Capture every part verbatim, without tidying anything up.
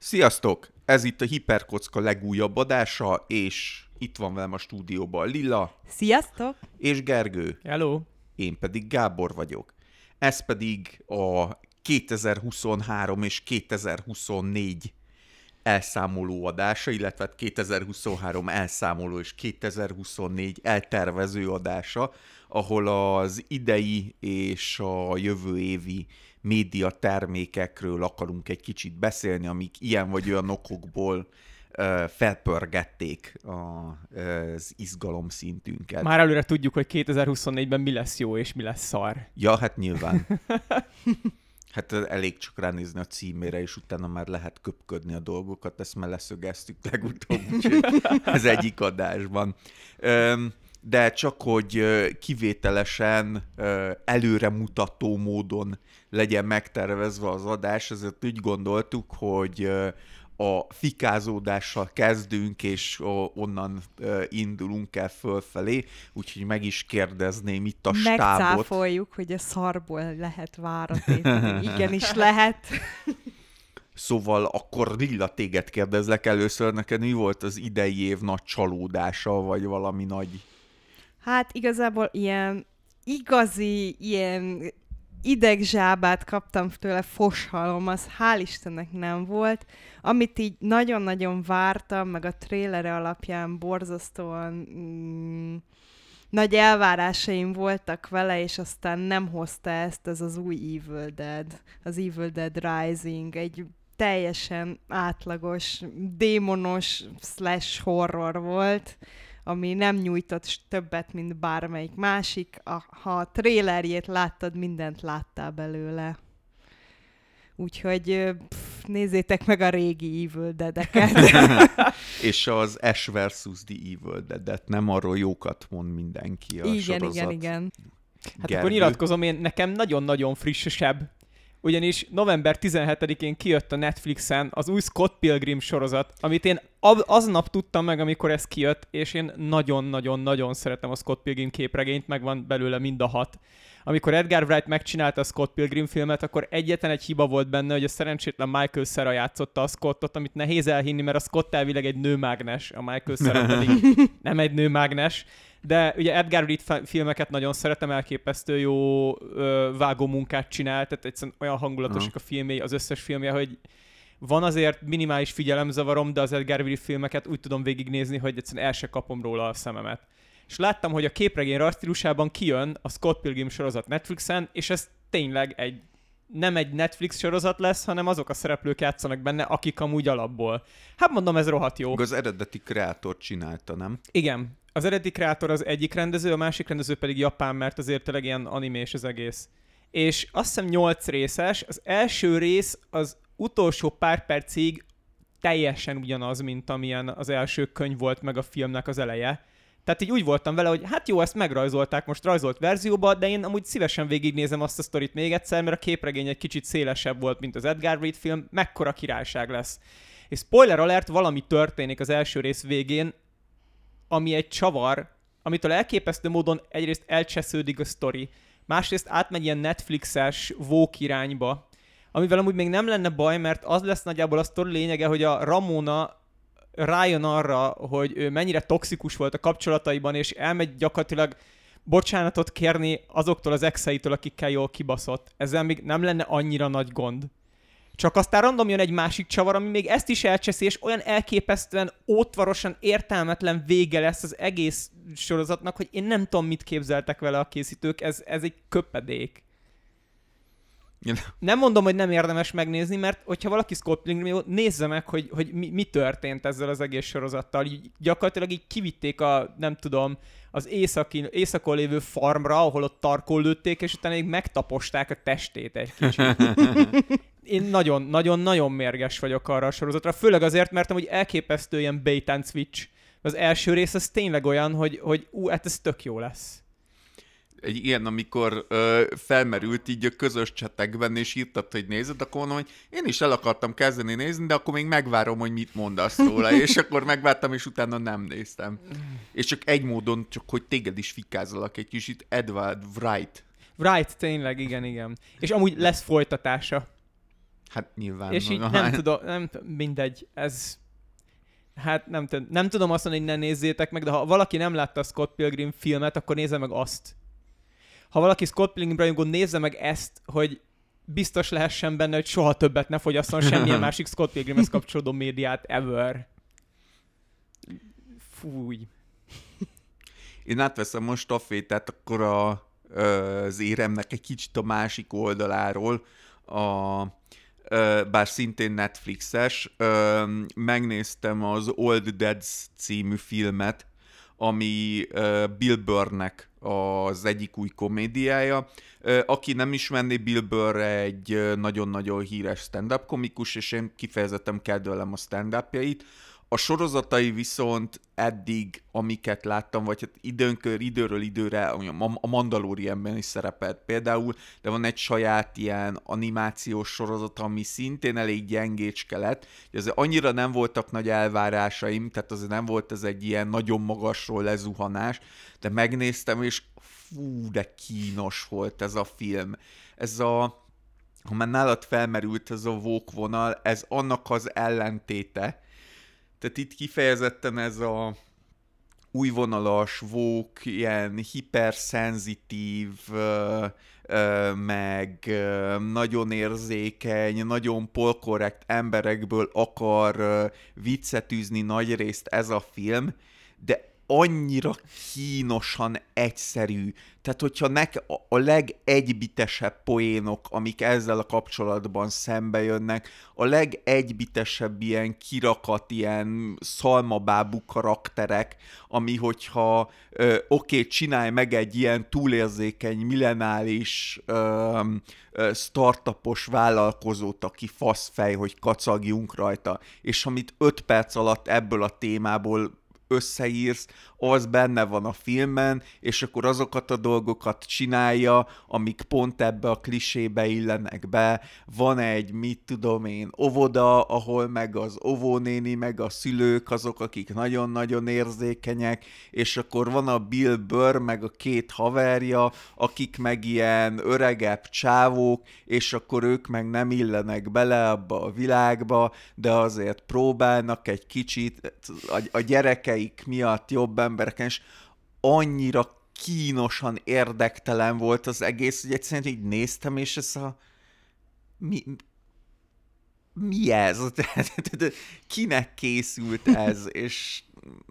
Sziasztok! Ez itt a Hiperkocka legújabb adása, és itt van velem a stúdióban Lilla. Sziasztok! És Gergő. Hello! Én pedig Gábor vagyok. Ez pedig a kétezer-huszonhárom és kétezer-huszonnégy elszámoló adása, illetve kétezer-huszonhárom elszámoló és kétezer-huszonnégy eltervező adása, ahol az idei és a jövő évi média termékekről akarunk egy kicsit beszélni, amik ilyen vagy olyan okokból uh, felpörgették a, az izgalomszintünket. Már előre tudjuk, hogy kétezer-huszonnégyben mi lesz jó és mi lesz szar. Ja, hát nyilván. Hát elég csak ránézni a címére, és utána már lehet köpködni a dolgokat, ezt már leszögeztük legutóbb, úgyhogy az egyik adásban. De csak, hogy kivételesen előremutató módon legyen megtervezve az adás, ezért úgy gondoltuk, hogy a fikázódással kezdünk, és onnan indulunk el fölfelé, úgyhogy meg is kérdezném itt a stábot. Megcáfoljuk, hogy a szarból lehet váratéteni. Igenis lehet. Szóval akkor Lilla, téged kérdezlek először, neked mi volt az idei év nagy csalódása, vagy valami nagy... Hát igazából ilyen igazi, ilyen idegzsábát kaptam tőle, foshalom, az hál' Istennek nem volt. Amit így nagyon-nagyon vártam, meg a trélere alapján borzasztóan mm, nagy elvárásaim voltak vele, és aztán nem hozta ezt, ez az új Evil Dead, az Evil Dead Rising, egy teljesen átlagos, démonos slash horror volt, ami nem nyújtott többet, mint bármelyik másik. A, ha a trélerjét láttad, mindent láttál belőle. Úgyhogy pff, nézzétek meg a régi Evil Dead-eket. És az Ash versus. The Evil Dead-et, nem arról jókat mond mindenki a igen, sorozat. Igen, igen, Hát Gergő. akkor nyilatkozom, én nekem nagyon-nagyon frissesebb. Ugyanis november tizenhetedikén kijött a Netflixen az új Scott Pilgrim sorozat, amit én aznap tudtam meg, amikor ez kijött, és én nagyon-nagyon-nagyon szeretem a Scott Pilgrim képregényt, megvan belőle mind a hat. Amikor Edgar Wright megcsinálta a Scott Pilgrim filmet, akkor egyetlen egy hiba volt benne, hogy a szerencsétlen Michael Cera játszotta a Scottot, amit nehéz elhinni, mert a Scott elvileg egy nőmágnes, a Michael Cera pedig nem egy nőmágnes. De ugye Edgar Wright filmeket nagyon szeretem, elképesztő jó ö, vágómunkát csinál, tehát egyszerűen olyan hangulatosak a filmjei, az összes filmje, hogy van azért minimális figyelemzavarom, de az Edgar Wright filmeket úgy tudom végignézni, hogy egyszerűen el se kapom róla a szememet. És láttam, hogy a képregény rajzstílusában kijön a Scott Pilgrim sorozat Netflixen, és ez tényleg egy nem egy Netflix sorozat lesz, hanem azok a szereplők játszanak benne, akik amúgy alapból. Hát mondom, ez rohadt jó. Az eredeti kreátor csinálta, nem? Igen. Az eredeti kreátor az egyik rendező, a másik rendező pedig japán, mert azért tényleg ilyen animés az egész. És azt hiszem nyolc részes, az első rész az utolsó pár percig teljesen ugyanaz, mint amilyen az első könyv volt meg a filmnek az eleje. Tehát így úgy voltam vele, hogy hát jó, ezt megrajzolták most rajzolt verzióba, de én amúgy szívesen végignézem azt a sztorit még egyszer, mert a képregény egy kicsit szélesebb volt, mint az Edgar Wright film, mekkora királyság lesz. És spoiler alert, valami történik az első rész végén, ami egy csavar, amitől elképesztő módon egyrészt elcsesződik a sztori, másrészt átmegy ilyen Netflixes Vogue irányba, amivel amúgy még nem lenne baj, mert az lesz nagyjából a sztori lényege, hogy a Ramona rájön arra, hogy ő mennyire toxikus volt a kapcsolataiban, és elmegy gyakorlatilag bocsánatot kérni azoktól az exeitől, akikkel jól kibaszott. Ezzel még nem lenne annyira nagy gond. Csak aztán random jön egy másik csavar, ami még ezt is elcseszi, és olyan elképesztően ótvarosan értelmetlen vége lesz az egész sorozatnak, hogy én nem tudom, mit képzeltek vele a készítők, ez, ez egy köpedék. Nem mondom, hogy nem érdemes megnézni, mert hogyha valaki Scott Pilgrim, nézze meg, hogy, hogy mi, mi történt ezzel az egész sorozattal. Így, gyakorlatilag így kivitték a, nem tudom, az északi, északon lévő farmra, ahol ott tarkon lőtték, és utána még megtaposták a testét egy kicsit. Én nagyon-nagyon-nagyon mérges vagyok arra a sorozatra, főleg azért, mert amúgy elképesztő ilyen bait and switch. Az első rész az tényleg olyan, hogy, hogy ú, hát ez tök jó lesz. Egy ilyen, amikor ö, felmerült így a közös csetekben, és írtad, hogy nézed, akkor mondom, hogy én is el akartam kezdeni nézni, de akkor még megvárom, hogy mit mondasz róla, és akkor megvártam, és utána nem néztem. És csak egy módon, csak hogy téged is fikázolak egy kicsit, Edward Wright. Wright, tényleg, igen, igen. És amúgy lesz folytatása. Hát nyilván. És így nem tudom, nem, mindegy, ez... Hát nem, tudom, nem tudom azt mondani, hogy ne nézzétek meg, de ha valaki nem látta a Scott Pilgrim filmet, akkor nézze meg azt. Ha valaki Scott Pilgrim rajongó, nézze meg ezt, hogy biztos lehessen benne, hogy soha többet ne fogyasszon semmilyen másik Scott Pilgrimhez kapcsolódó médiát ever. Fúj. Én átveszem most stafétát akkor a, az éremnek egy kicsit a másik oldaláról, a, bár szintén Netflixes. Megnéztem az Old Dads című filmet, ami Bill Burrnek az egyik új komédiája. Aki nem ismerné, Bill Burr egy nagyon-nagyon híres stand-up komikus, és én kifejezetten kedvelem a stand-upjait. A sorozatai viszont eddig, amiket láttam, vagy hát időnkör, időről időre, a Mandalorianben is szerepelt például, de van egy saját ilyen animációs sorozat, ami szintén elég gyengécske lett. Azért annyira nem voltak nagy elvárásaim, tehát azért nem volt ez egy ilyen nagyon magasról lezuhanás, de megnéztem, és fú, de kínos volt ez a film. Ez a, ha már nálad felmerült ez a woke vonal, ez annak az ellentéte. Tehát itt kifejezetten ez a újvonalas, woke, ilyen hiperszenzitív, meg nagyon érzékeny, nagyon polkorrekt emberekből akar viccet űzni nagyrészt ez a film, de annyira kínosan egyszerű. Tehát, hogyha nek a legegybitesebb poénok, amik ezzel a kapcsolatban szembe jönnek, a legegybitesebb ilyen kirakat, ilyen szalmabábú karakterek, ami hogyha oké, okay, csinálj meg egy ilyen túlérzékeny, millenáris ö, ö, startupos vállalkozót, aki faszfej, hogy kacagjunk rajta, és amit öt perc alatt ebből a témából összeírsz, az benne van a filmben, és akkor azokat a dolgokat csinálja, amik pont ebbe a klisébe illenek be. Van egy, mit tudom én, óvoda, ahol meg az óvónéni, meg a szülők azok, akik nagyon-nagyon érzékenyek, és akkor van a Bill Burr, meg a két haverja, akik meg ilyen öregebb csávók, és akkor ők meg nem illenek bele abba a világba, de azért próbálnak egy kicsit, a, a gyerekeik miatt jobb embereken, és annyira kínosan érdektelen volt az egész, hogy egyszerűen így néztem, és ez a... Mi, mi ez? Kinek készült ez? És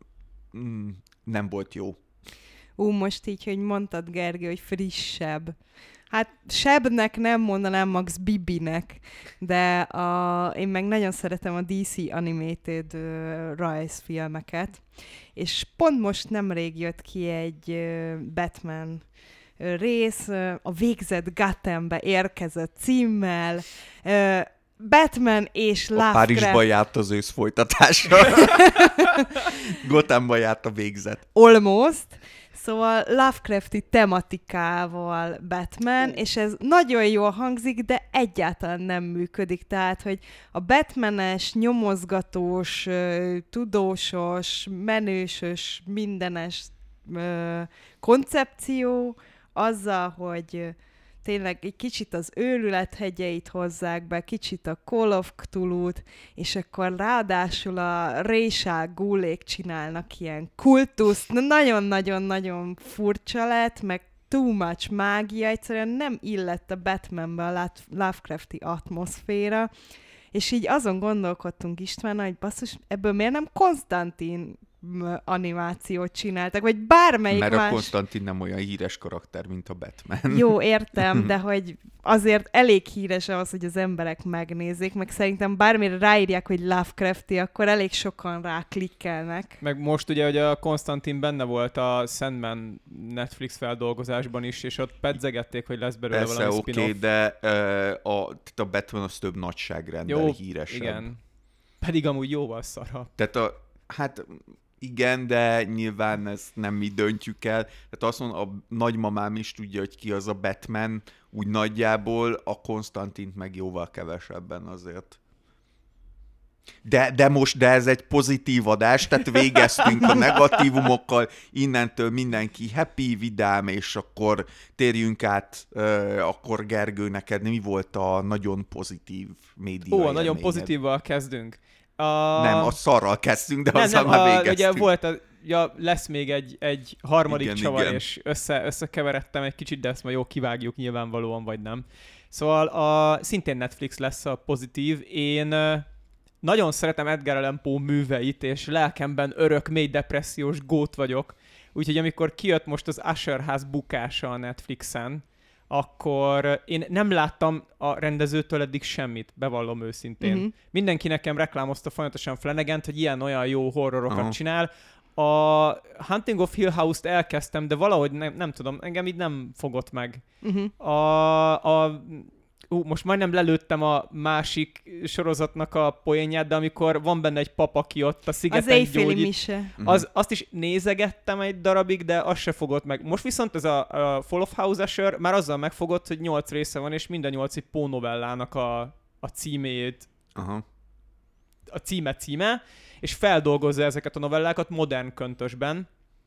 nem volt jó. Ú, most így, hogy mondtad, Gergő, hogy frissebb. Hát sebnek nem mondanám, max Bibinek, de a, én meg nagyon szeretem a dé cé Animated uh, rajzfilmeket, és pont most nemrég jött ki egy uh, Batman uh, rész, uh, a Végzett Gothambe érkezett címmel, uh, Batman és Lovecraft... A Párizsban járt az ősz folytatása. Gothamban járt a Végzett. Almost. Szóval Lovecrafti tematikával Batman, oh. és ez nagyon jól hangzik, de egyáltalán nem működik. Tehát, hogy a Batmanes, nyomozgatós, tudósos, menősös, mindenes koncepció azzal, hogy tényleg egy kicsit az őrülethegyeit hozzák be, kicsit a Call of Cthulhu-t, és akkor ráadásul a Résá Gulék csinálnak ilyen kultuszt. Nagyon-nagyon-nagyon furcsa lett, meg too much mágia, egyszerűen nem illett a Batmanbe a Lovecrafti atmoszféra, és így azon gondolkodtunk István, hogy basszus, ebből miért nem Konstantin animációt csináltak, vagy bármelyik Mert más... a Konstantin nem olyan híres karakter, mint a Batman. Jó, értem, de hogy azért elég híres ahhoz, hogy az emberek megnézzék, meg szerintem bármire ráírják, hogy Lovecrafti, akkor elég sokan ráklikkelnek. Meg most ugye, hogy a Konstantin benne volt a Sandman Netflix feldolgozásban is, és ott pedzegették, hogy lesz belőle Persze, valami okay, spin-off. de uh, a, a Batman az több nagyságrendel jó, híresebb. Igen. Pedig amúgy jóval szarabb. Tehát a, hát igen, de nyilván ezt nem mi döntjük el. Tehát azt mondom, a nagymamám is tudja, hogy ki az a Batman, úgy nagyjából, a Konstantint meg jóval kevesebben azért. De, de most, de ez egy pozitív adás, tehát végeztünk a negatívumokkal, innentől mindenki happy, vidám, és akkor térjünk át, uh, akkor Gergő, neked mi volt a nagyon pozitív média Ó, a élményed? nagyon pozitívval kezdünk. A... Nem, a szarral kezdtünk, de nem, azzal nem, már a, végeztünk. ugye volt a, ja, lesz még egy, egy harmadik Igen, csavar, igen. és össze, összekeveredtem egy kicsit, de ezt majd jó kivágjuk nyilvánvalóan, vagy nem. Szóval a, szintén Netflix lesz a pozitív. Én nagyon szeretem Edgar Allan Poe műveit, és lelkemben örök, mély depressziós gót vagyok. Úgyhogy amikor kijött most az Usher ház bukása a Netflixen, akkor én nem láttam a rendezőtől eddig semmit, bevallom őszintén. Uh-huh. Mindenki nekem reklámozta folyamatosan Flanagant, hogy ilyen-olyan jó horrorokat Aha. csinál. A Hunting of Hill House-t elkezdtem, de valahogy nem, nem tudom, engem így nem fogott meg. Uh-huh. A, a, ú, most majdnem lelőttem a másik sorozatnak a poénját, de amikor van benne egy pap, aki ott a Az szigeten éjféli gyógyít, mise. az, azt is nézegettem egy darabig, de az se fogott meg. Most viszont ez a, a Fall of House Usher már azzal megfogott, hogy nyolc része van, és minden nyolc egy pónovellának a, a címét, Aha. a címe címe, és feldolgozza ezeket a novellákat modern köntösben.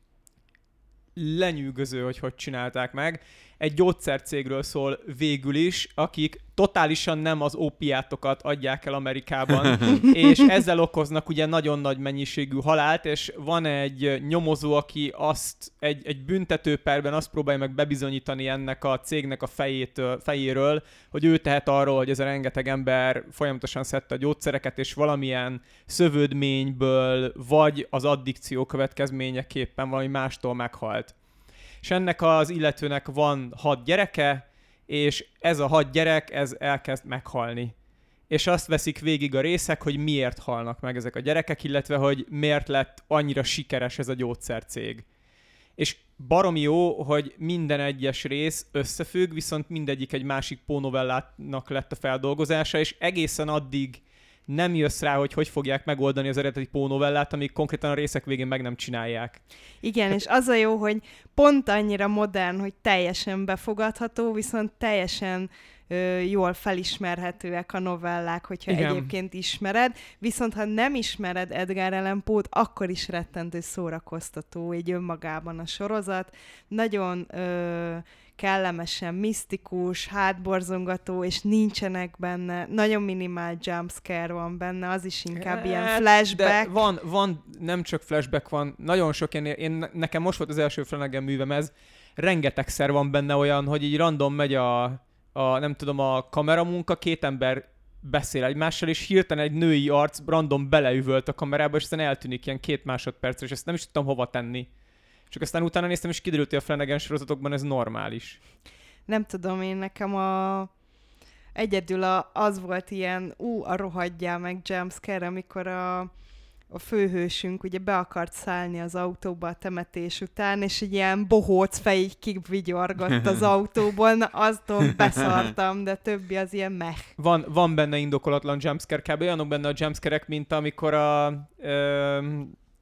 Lenyűgöző, hogy hogy csinálták meg. Egy gyógyszercégről szól végül is, akik totálisan nem az ópiátokat adják el Amerikában, és ezzel okoznak ugye nagyon nagy mennyiségű halált, és van egy nyomozó, aki azt egy, egy büntetőperben azt próbálja meg bebizonyítani ennek a cégnek a fejétől, fejéről, hogy ő tehet arról, hogy ez a rengeteg ember folyamatosan szedte a gyógyszereket, és valamilyen szövődményből, vagy az addikció következményeképpen valami mástól meghalt. És ennek az illetőnek van hat gyereke, és ez a hat gyerek, ez elkezd meghalni. És azt veszik végig a részek, hogy miért halnak meg ezek a gyerekek, illetve hogy miért lett annyira sikeres ez a gyógyszercég. És baromi jó, hogy minden egyes rész összefügg, viszont mindegyik egy másik pónovellának lett a feldolgozása, és egészen addig nem jössz rá, hogy hogy fogják megoldani az eredeti pónovellát, amíg konkrétan a részek végén meg nem csinálják. Igen, és az a jó, hogy pont annyira modern, hogy teljesen befogadható, viszont teljesen ö, jól felismerhetőek a novellák, hogyha Igen. egyébként ismered. Viszont ha nem ismered Edgar Allan Poe-t, akkor is rettentő szórakoztató így önmagában a sorozat. Nagyon ö, kellemesen misztikus, hátborzongató, és nincsenek benne, nagyon minimál jumpscare van benne, az is inkább hát, ilyen flashback. De van, van, nem csak flashback van, nagyon sok ilyen, én, nekem most volt az első Flanagan művem ez, rengetegszer van benne olyan, hogy így random megy a, a nem tudom, a kameramunka, két ember beszél egymással, és hirtelen egy női arc random beleüvölt a kamerába, és aztán eltűnik ilyen két másodpercre, és ezt nem is tudtam hova tenni. Csak aztán utána néztem, és kiderült, hogy a Flanagan sorozatokban ez normális. Nem tudom, én nekem a... egyedül a, az volt ilyen, ú, a rohadjál meg jumpscare, amikor a, a főhősünk ugye be akart szállni az autóba a temetés után, és egy ilyen bohóc fej így kivigyorgott az autóból, na aztól beszartam, de többi az ilyen meh. Van, van benne indokolatlan jumpscare, kb. Olyanok benne a jumpscare-ek, mint amikor a... Ö,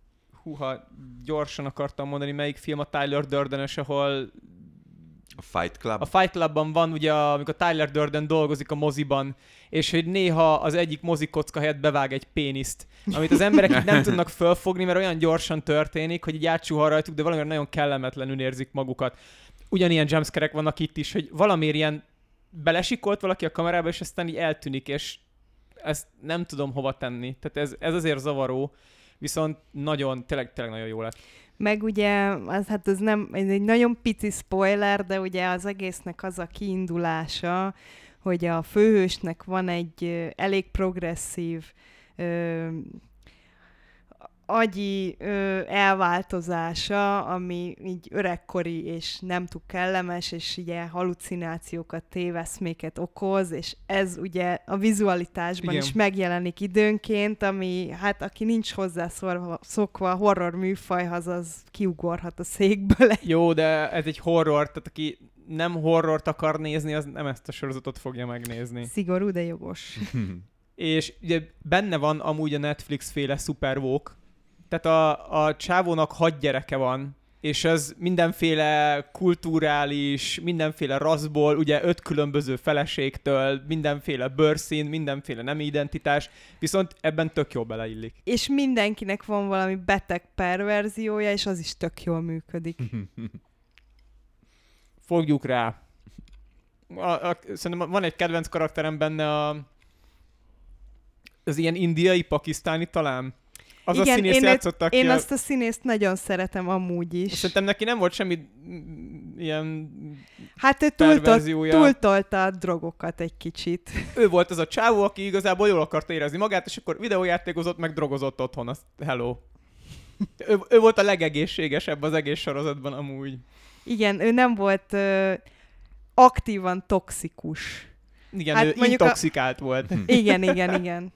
húha, gyorsan akartam mondani, melyik film a Tyler Durden-es, ahol A Fight Club? a Fight Clubban van, ugye, amikor Tyler Durden dolgozik a moziban, és hogy néha az egyik mozikocka helyett bevág egy péniszt, amit az emberek így nem tudnak fölfogni, mert olyan gyorsan történik, hogy így átsuhan rajtuk, de valamiért nagyon kellemetlenül érzik magukat. Ugyanilyen jumpscare-ek vannak itt is, hogy valamiért ilyen belesikolt valaki a kamerába, és aztán így eltűnik, és ezt nem tudom hova tenni. Tehát ez, ez azért zavaró. Viszont nagyon, tényleg, tényleg nagyon jó lett. Meg ugye, az, hát ez nem, ez egy nagyon pici spoiler, de ugye az egésznek az a kiindulása, hogy a főhősnek van egy ö, elég progresszív ö, agyi ö, elváltozása, ami így öregkori és nem túl kellemes, és ugye halucinációkat, téveszméket okoz, és ez ugye a vizualitásban Igen. is megjelenik időnként, ami hát aki nincs hozzá szorva, szokva a horror műfajhoz, az kiugorhat a székből. Jó, de ez egy horror, tehát aki nem horrort akar nézni, az nem ezt a sorozatot fogja megnézni. Szigorú, de jogos. És ugye benne van amúgy a Netflix féle Super Woke, tehát a, a csávónak hat gyereke van, és ez mindenféle kulturális, mindenféle rasszból, ugye öt különböző feleségtől, mindenféle bőrszín, mindenféle nemi identitás, viszont ebben tök jól beleillik. És mindenkinek van valami beteg perverziója, és az is tök jól működik. Fogjuk rá. A, a, szerintem van egy kedvenc karakterem benne, a, az ilyen indiai, pakisztáni talán. Az Igen, a színész én, játszotta ki én a... azt a színészt nagyon szeretem amúgy is. Szerintem neki nem volt semmi ilyen Hát ő túltolt, perverziója. túltolta a drogokat egy kicsit. Ő volt az a csávó, aki igazából jól akarta érezni magát, és akkor videójátékozott, meg drogozott otthon. Azt, hello. Ő, ő volt a legegészségesebb az egész sorozatban amúgy. Igen, ő nem volt ö, aktívan toxikus. Igen, Hát ő mondjuk intoxikált a... volt. Igen, igen, igen.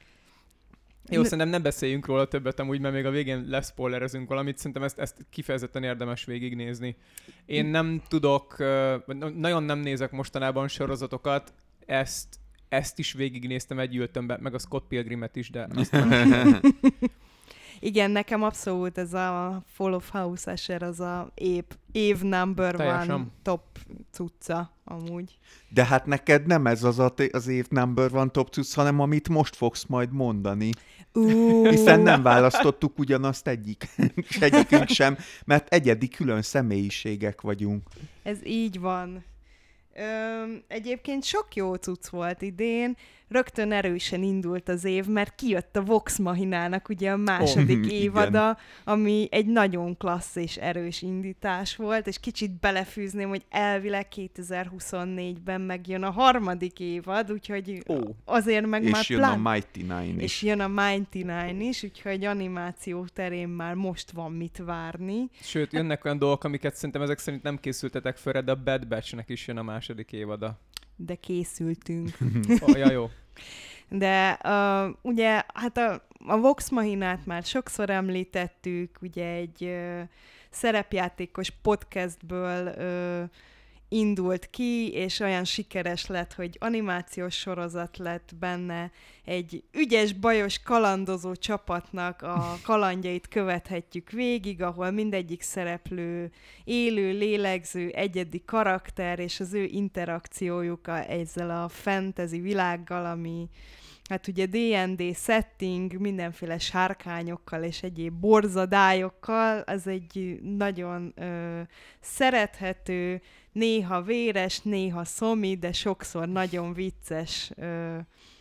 Jó, szerintem nem beszéljünk róla többet amúgy, mert még a végén leszpoilerezünk valamit. Szerintem ezt, ezt kifejezetten érdemes végignézni. Én nem tudok, nagyon nem nézek mostanában sorozatokat, ezt, ezt is végignéztem egy ültömben, meg a Scott Pilgrimet is, de azt nem. Igen, nekem abszolút ez a Fall of House Asher, az a év, év number Teljesen. one top cucca amúgy. De hát neked nem ez az a, az év number one top cucc, hanem amit most fogsz majd mondani. Uh. Hiszen nem választottuk ugyanazt egyik, egyikünk sem, mert egyedi külön személyiségek vagyunk. Ez így van. Öm, egyébként sok jó cucc volt idén, rögtön erősen indult az év, mert kijött a Vox Machinának ugye a második Oh, évada, igen. ami egy nagyon klassz és erős indítás volt, és kicsit belefűzném, hogy elvileg kétezer-huszonnégyben megjön a harmadik évad, úgyhogy Ó. azért meg És már jön plán... a Mighty Nine És is. jön a Mighty Nine is, úgyhogy animáció terén már most van mit várni. Sőt, jönnek olyan dolgok, amiket szerintem ezek szerint nem készültetek föl, de a Bad Batch-nek is jön a második évada. De készültünk. Oh, ja, jó. De uh, ugye, hát a, a Vox Machinát már sokszor említettük, ugye egy uh, szerepjátékos podcastből uh, indult ki, és olyan sikeres lett, hogy animációs sorozat lett benne, egy ügyes, bajos, kalandozó csapatnak a kalandjait követhetjük végig, ahol mindegyik szereplő élő, lélegző, egyedi karakter, és az ő interakciójuk a, ezzel a fantasy világgal, ami hát ugye dé and dé setting, mindenféle sárkányokkal és egyéb borzadályokkal, az egy nagyon ö, szerethető, néha véres, néha szomi, de sokszor nagyon vicces ö,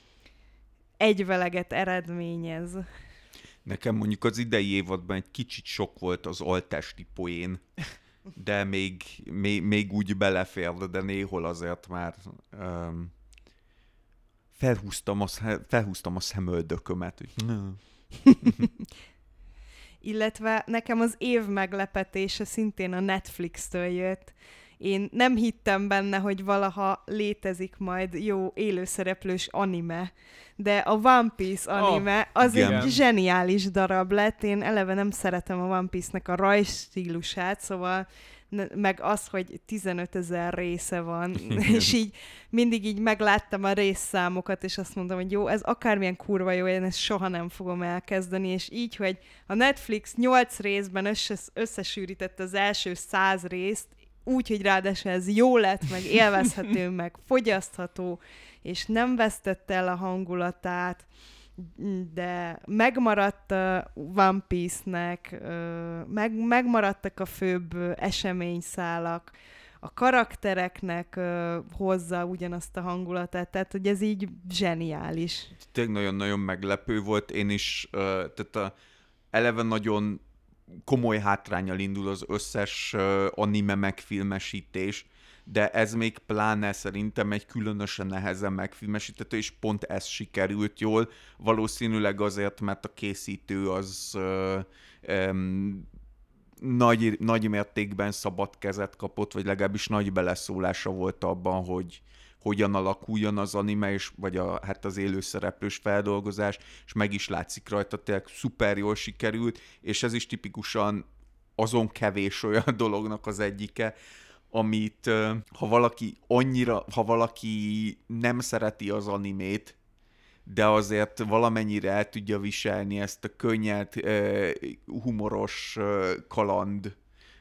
egyveleget eredményez. Nekem mondjuk az idei évadban egy kicsit sok volt az altesti poén, de még, még, még úgy belefér, de néhol azért már um, felhúztam, a, felhúztam a szemöldökömet. Illetve nekem az év meglepetése szintén a Netflix-től jött. Én nem hittem benne, hogy valaha létezik majd jó élőszereplős anime, de a One Piece anime oh, az igen. egy zseniális darab lett. Én eleve nem szeretem a One Piece-nek a rajzstílusát, szóval meg az, hogy tizenötezer része van, és így mindig így megláttam a részszámokat, és azt mondtam, hogy jó, ez akármilyen kurva jó, én ezt soha nem fogom elkezdeni, és így, hogy a Netflix nyolc részben összes, összesűrítette az első száz részt, úgy, hogy ráadásul ez jó lett, meg élvezhető, meg fogyasztható, és nem vesztette el a hangulatát, de megmaradt a One Piece-nek, meg, megmaradtak a főbb eseményszálak, a karaktereknek hozza ugyanazt a hangulatát, tehát hogy ez így zseniális. Tényleg nagyon-nagyon meglepő volt, én is, tehát a, eleve nagyon komoly hátránnyal indul az összes anime megfilmesítés, de ez még pláne szerintem egy különösen nehezen megfilmesíthető, és pont ez sikerült jól. Valószínűleg azért, mert a készítő az ö, ö, nagy, nagy mértékben szabad kezet kapott, vagy legalábbis nagy beleszólása volt abban, hogy hogyan alakuljon az anime, és, vagy a, hát az élőszereplős feldolgozás, és meg is látszik rajta, tényleg szuper jól sikerült, és ez is tipikusan azon kevés olyan dolognak az egyike, amit ha valaki annyira, ha valaki nem szereti az animét, de azért valamennyire el tudja viselni ezt a könnyed, humoros kaland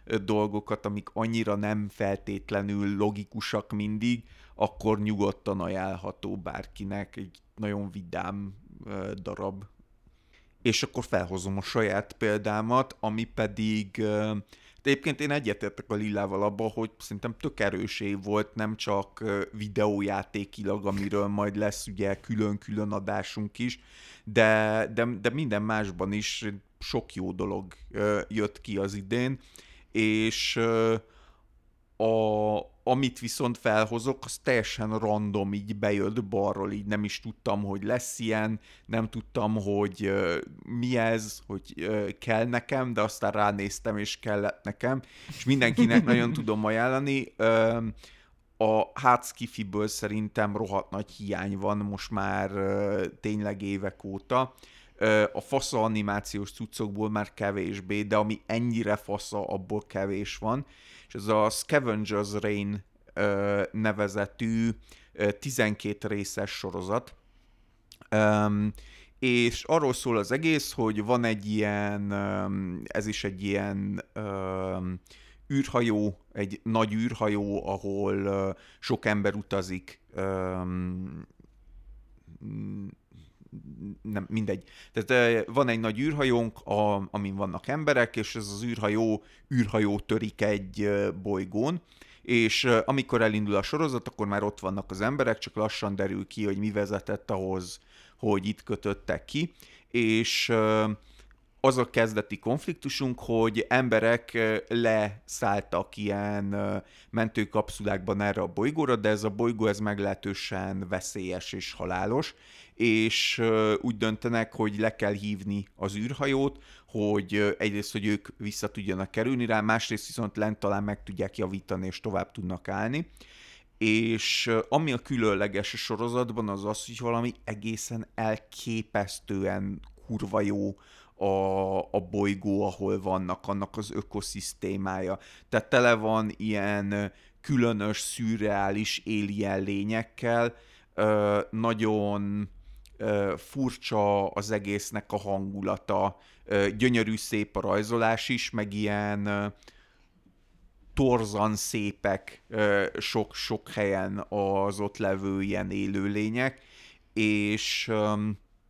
dolgokat, amik annyira nem feltétlenül logikusak mindig, akkor nyugodtan ajánlható bárkinek, egy nagyon vidám darab. És akkor felhozom a saját példámat, ami pedig... De egyébként én egyetértek a Lillával abban, hogy szerintem tök erős év volt, nem csak videójátékilag, amiről majd lesz ugye külön-külön adásunk is, de, de, de minden másban is sok jó dolog jött ki az idén, és a, amit viszont felhozok, az teljesen random, így bejött balról, így nem is tudtam, hogy lesz ilyen, nem tudtam, hogy uh, mi ez, hogy uh, kell nekem, de aztán ránéztem, és kellett nekem, és mindenkinek nagyon tudom ajánlani. Uh, a hátszkifiből szerintem rohadt nagy hiány van most már uh, tényleg évek óta. Uh, a fasza animációs cuccokból már kevésbé, de ami ennyire fasza, abból kevés van. És ez a Scavenger's Reign uh, nevezetű uh, tizenkét részes sorozat. Um, és arról szól az egész, hogy van egy ilyen, um, ez is egy ilyen um, űrhajó, egy nagy űrhajó, ahol uh, sok ember utazik. Um, nem, mindegy. Tehát van egy nagy űrhajónk, a, amin vannak emberek, és ez az űrhajó, űrhajó törik egy bolygón, és amikor elindul a sorozat, akkor már ott vannak az emberek, csak lassan derül ki, hogy mi vezetett ahhoz, hogy itt kötöttek ki, és az a kezdeti konfliktusunk, hogy emberek leszálltak ilyen mentőkapszulákban erre a bolygóra, de ez a bolygó ez meglehetősen veszélyes és halálos, és úgy döntenek, hogy le kell hívni az űrhajót, hogy egyrészt, hogy ők vissza tudjanak kerülni rá, másrészt viszont lent talán meg tudják javítani, és tovább tudnak állni. És ami a különleges a sorozatban, az az, hogy valami egészen elképesztően kurva jó a, a bolygó, ahol vannak, annak az ökoszisztémája. Tehát tele van ilyen különös, szürreális alien lényekkel, ö, nagyon ö, furcsa az egésznek a hangulata, ö, gyönyörű szép a rajzolás is, meg ilyen ö, torzan szépek ö, sok-sok helyen az ott levő ilyen élőlények, és... Ö,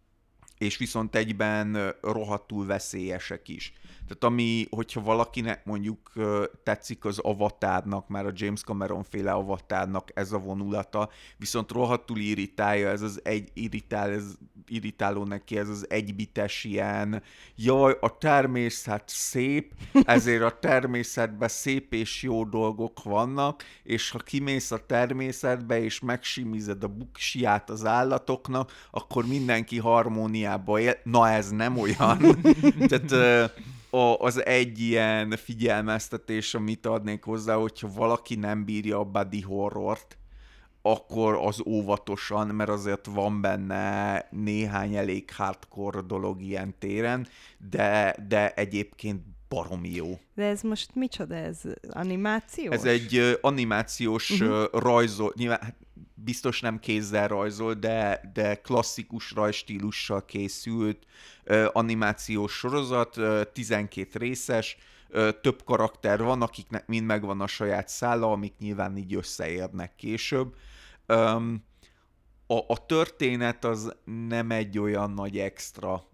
és viszont egyben rohadtul veszélyesek is. Tehát ami, hogyha valakinek mondjuk tetszik az Avatárnak, már a James Cameron féle Avatárnak ez a vonulata, viszont rohadtul irritálja, ez az egy irritál, ez irritáló neki, ez az egybites ilyen, jaj, a természet szép, ezért a természetben szép és jó dolgok vannak, és ha kimész a természetbe, és megsimized a buksiját az állatoknak, akkor mindenki harmóniába él. Na, ez nem olyan. Tehát az egy ilyen figyelmeztetés, amit adnék hozzá, hogyha valaki nem bírja a body horrort, akkor az óvatosan, mert azért van benne néhány elég hardcore dolog ilyen téren, de, de egyébként baromi jó. De ez most micsoda? Ez animációs? Ez egy uh, animációs uh-huh. uh, rajzol, nyilván hát biztos nem kézzel rajzol, de, de klasszikus rajzstílussal készült uh, animációs sorozat, uh, tizenkét részes, uh, több karakter van, akiknek mind megvan a saját szála, amik nyilván így összeérnek később. Um, a, a történet az nem egy olyan nagy extra.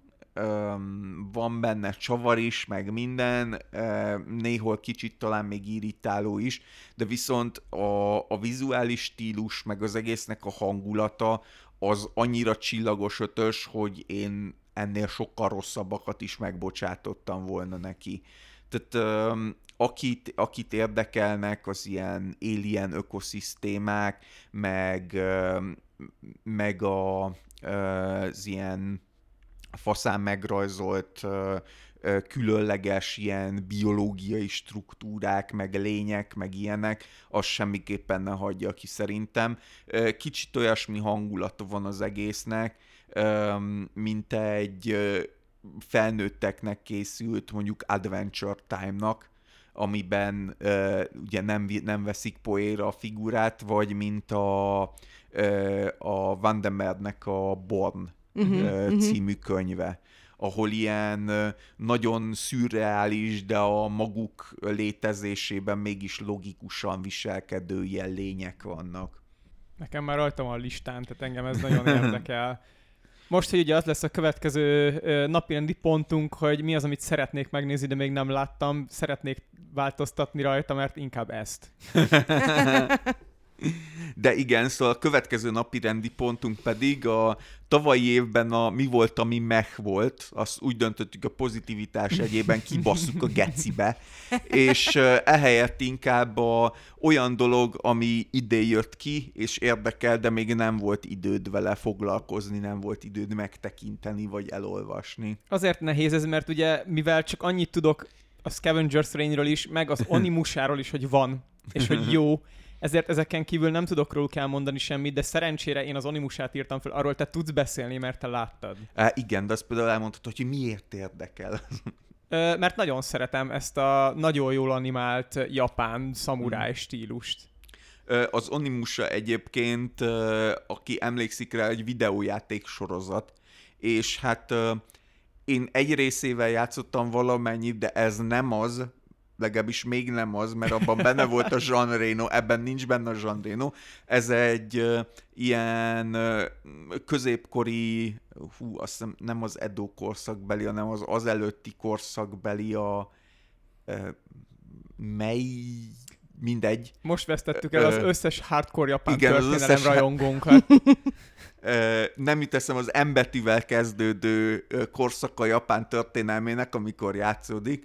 Um, van benne csavar is, meg minden, uh, néhol kicsit talán még irritáló is, de viszont a, a vizuális stílus, meg az egésznek a hangulata az annyira csillagos ötös, hogy én ennél sokkal rosszabbakat is megbocsátottam volna neki. Tehát um, akit, akit érdekelnek az ilyen alien ökoszisztémák, meg, um, meg a, uh, az ilyen faszán megrajzolt uh, uh, különleges ilyen biológiai struktúrák, meg lények, meg ilyenek, az semmiképpen ne hagyja ki szerintem. Uh, kicsit olyasmi hangulata van az egésznek, um, mint egy uh, felnőtteknek készült mondjuk Adventure Time-nak, amiben uh, ugye nem, nem veszik poéra a figurát, vagy mint a, uh, a Van der Meernek a Born uh-huh, című könyve, ahol ilyen nagyon szürreális, de a maguk létezésében mégis logikusan viselkedő ilyen lények vannak. Nekem már rajtam a listán, tehát engem ez nagyon érdekel. Most, hogy ugye az lesz a következő napirendi pontunk, hogy mi az, amit szeretnék megnézni, de még nem láttam, szeretnék változtatni rajta, mert inkább ezt. De igen, szóval a következő napi rendi pontunk pedig a tavalyi évben a mi volt, ami meh volt, azt úgy döntöttük a pozitivitás egyében kibasszuk a gecibe, és ehelyett inkább a, olyan dolog, ami idén jött ki, és érdekel, de még nem volt időd vele foglalkozni, nem volt időd megtekinteni, vagy elolvasni. Azért nehéz ez, mert ugye, mivel csak annyit tudok a Scavenger's Reign-ről is, meg az Onimusáról is, hogy van, és hogy jó, ezért ezeken kívül nem tudok róluk elmondani semmit, de szerencsére én az Onimusát írtam fel, arról te tudsz beszélni, mert te láttad. É, igen, de azt például elmondhatod, hogy miért érdekel. Ö, mert nagyon szeretem ezt a nagyon jól animált japán szamuráj stílust. Az Onimusa egyébként, aki emlékszik rá, egy videójáték sorozat, és hát én egy részével játszottam valamennyit, de ez nem az, legalábbis még nem az, mert abban benne volt a Jean Reno, ebben nincs benne a Jean Reno. Ez egy uh, ilyen uh, középkori, hú, azt hiszem nem az Edo korszakbeli, hanem az az előtti korszakbeli a uh, mely... mindegy. Most vesztettük el az összes hardcore japán igen, történelem összes... rajongónkat. Nem jut eszem az em betűvel kezdődő korszaka japán történelmének, amikor játszódik.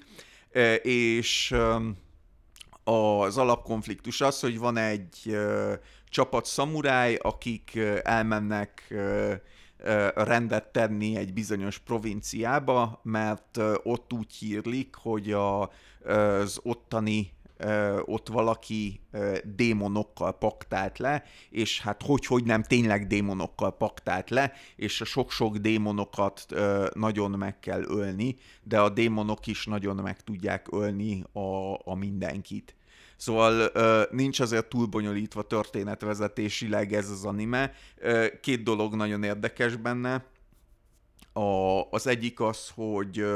És az alapkonfliktus az, hogy van egy csapat szamuráj, akik elmennek rendet tenni egy bizonyos provinciába, mert ott úgy hírlik, hogy az ottani ott valaki démonokkal paktált le, és hát hogy-hogy nem tényleg démonokkal paktált le, és a sok-sok démonokat nagyon meg kell ölni, de a démonok is nagyon meg tudják ölni a, a mindenkit. Szóval nincs azért túl bonyolítva történetvezetésileg ez az anime. Két dolog nagyon érdekes benne. A, az egyik az, hogy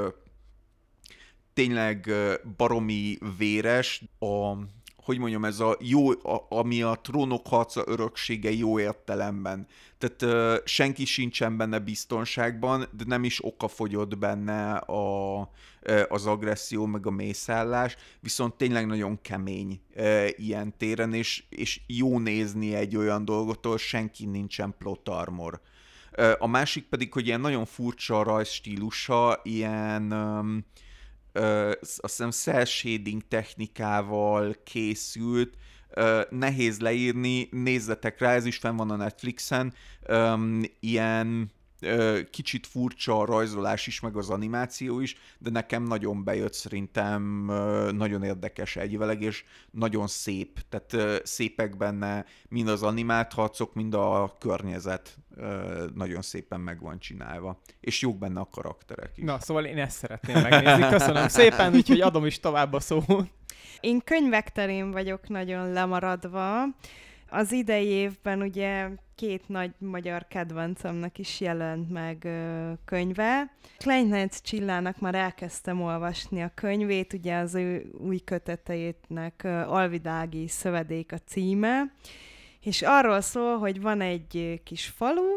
tényleg baromi véres, a, hogy mondjam, ez a jó, a, ami a Trónok harca öröksége jó értelemben. Tehát uh, senki sincsen benne biztonságban, de nem is okafogyott benne a, az agresszió, meg a mészállás, viszont tényleg nagyon kemény uh, ilyen téren, és, és jó nézni egy olyan dolgotól, senki nincsen plot armor. Uh, a másik pedig, hogy ilyen nagyon furcsa a rajzstílusa, ilyen... Um, Uh, azt hiszem cel shading technikával készült, uh, nehéz leírni, nézzetek rá, ez is fenn van a Netflixen, um, ilyen uh, kicsit furcsa a rajzolás is, meg az animáció is, de nekem nagyon bejött, szerintem uh, nagyon érdekes egyveleg, és nagyon szép, tehát uh, szépek benne mind az animált harcok, mind a környezet. Nagyon szépen meg van csinálva. És jók benne a karakterek is. Na, szóval én ezt szeretném megnézni. Köszönöm szépen, úgyhogy adom is tovább a szót. Én könyvek terén vagyok nagyon lemaradva. Az idei évben ugye két nagy magyar kedvencemnek is jelent meg ö, könyve. Kleinheinz Csillának már elkezdtem olvasni a könyvét, ugye az ő új köteteinek Alvidági Szövedék a címe, és arról szól, hogy van egy kis falu,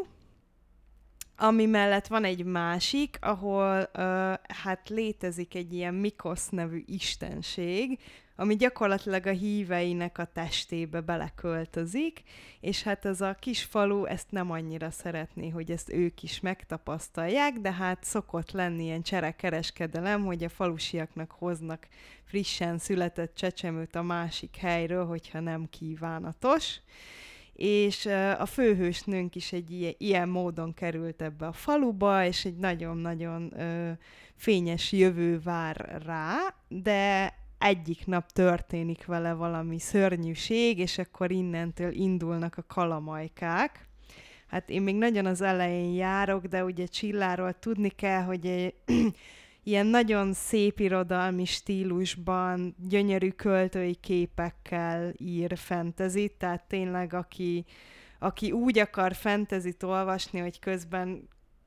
ami mellett van egy másik, ahol uh, hát létezik egy ilyen Mikosz nevű istenség, ami gyakorlatilag a híveinek a testébe beleköltözik, és hát ez a kis falu ezt nem annyira szeretné, hogy ezt ők is megtapasztalják, de hát szokott lenni ilyen cserekereskedelem, hogy a falusiaknak hoznak frissen született csecsemőt a másik helyről, hogyha nem kívánatos. És a főhősnőnk is egy ilyen, ilyen módon került ebbe a faluba, és egy nagyon-nagyon ö, fényes jövő vár rá, de egyik nap történik vele valami szörnyűség, és akkor innentől indulnak a kalamajkák. Hát én még nagyon az elején járok, de ugye Csilláról tudni kell, hogy egy ilyen nagyon szép irodalmi stílusban, gyönyörű költői képekkel ír fantasyt, tehát tényleg aki, aki úgy akar fantasyt olvasni, hogy közben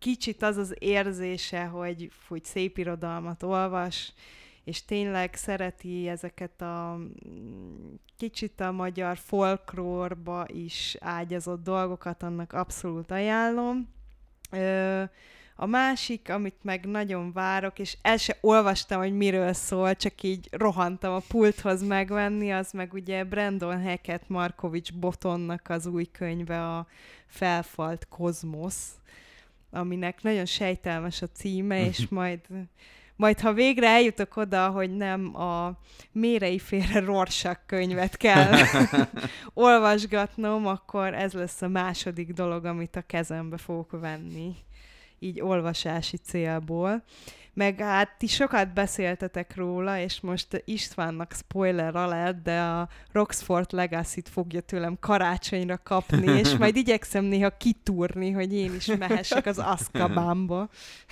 kicsit az az érzése, hogy, hogy szép irodalmat olvas, és tényleg szereti ezeket a kicsit a magyar folklórba is ágyazott dolgokat, annak abszolút ajánlom. Ö, a másik, amit meg nagyon várok, és el se olvastam, hogy miről szól, csak így rohantam a pulthoz megvenni, az meg ugye Brandon Hackett Markovics Botonnak az új könyve, a Felfalt kozmosz, aminek nagyon sejtelmes a címe, és majd, majd ha végre eljutok oda, hogy nem a Mérei féle Rorschach könyvet kell olvasgatnom, akkor ez lesz a második dolog, amit a kezembe fogok venni, így olvasási célból. Meg hát ti sokat beszéltetek róla, és most Istvánnak spoiler alert, de a Roxford Legacy-t fogja tőlem karácsonyra kapni, és majd igyekszem néha kitúrni, hogy én is mehessek az Azkabanba.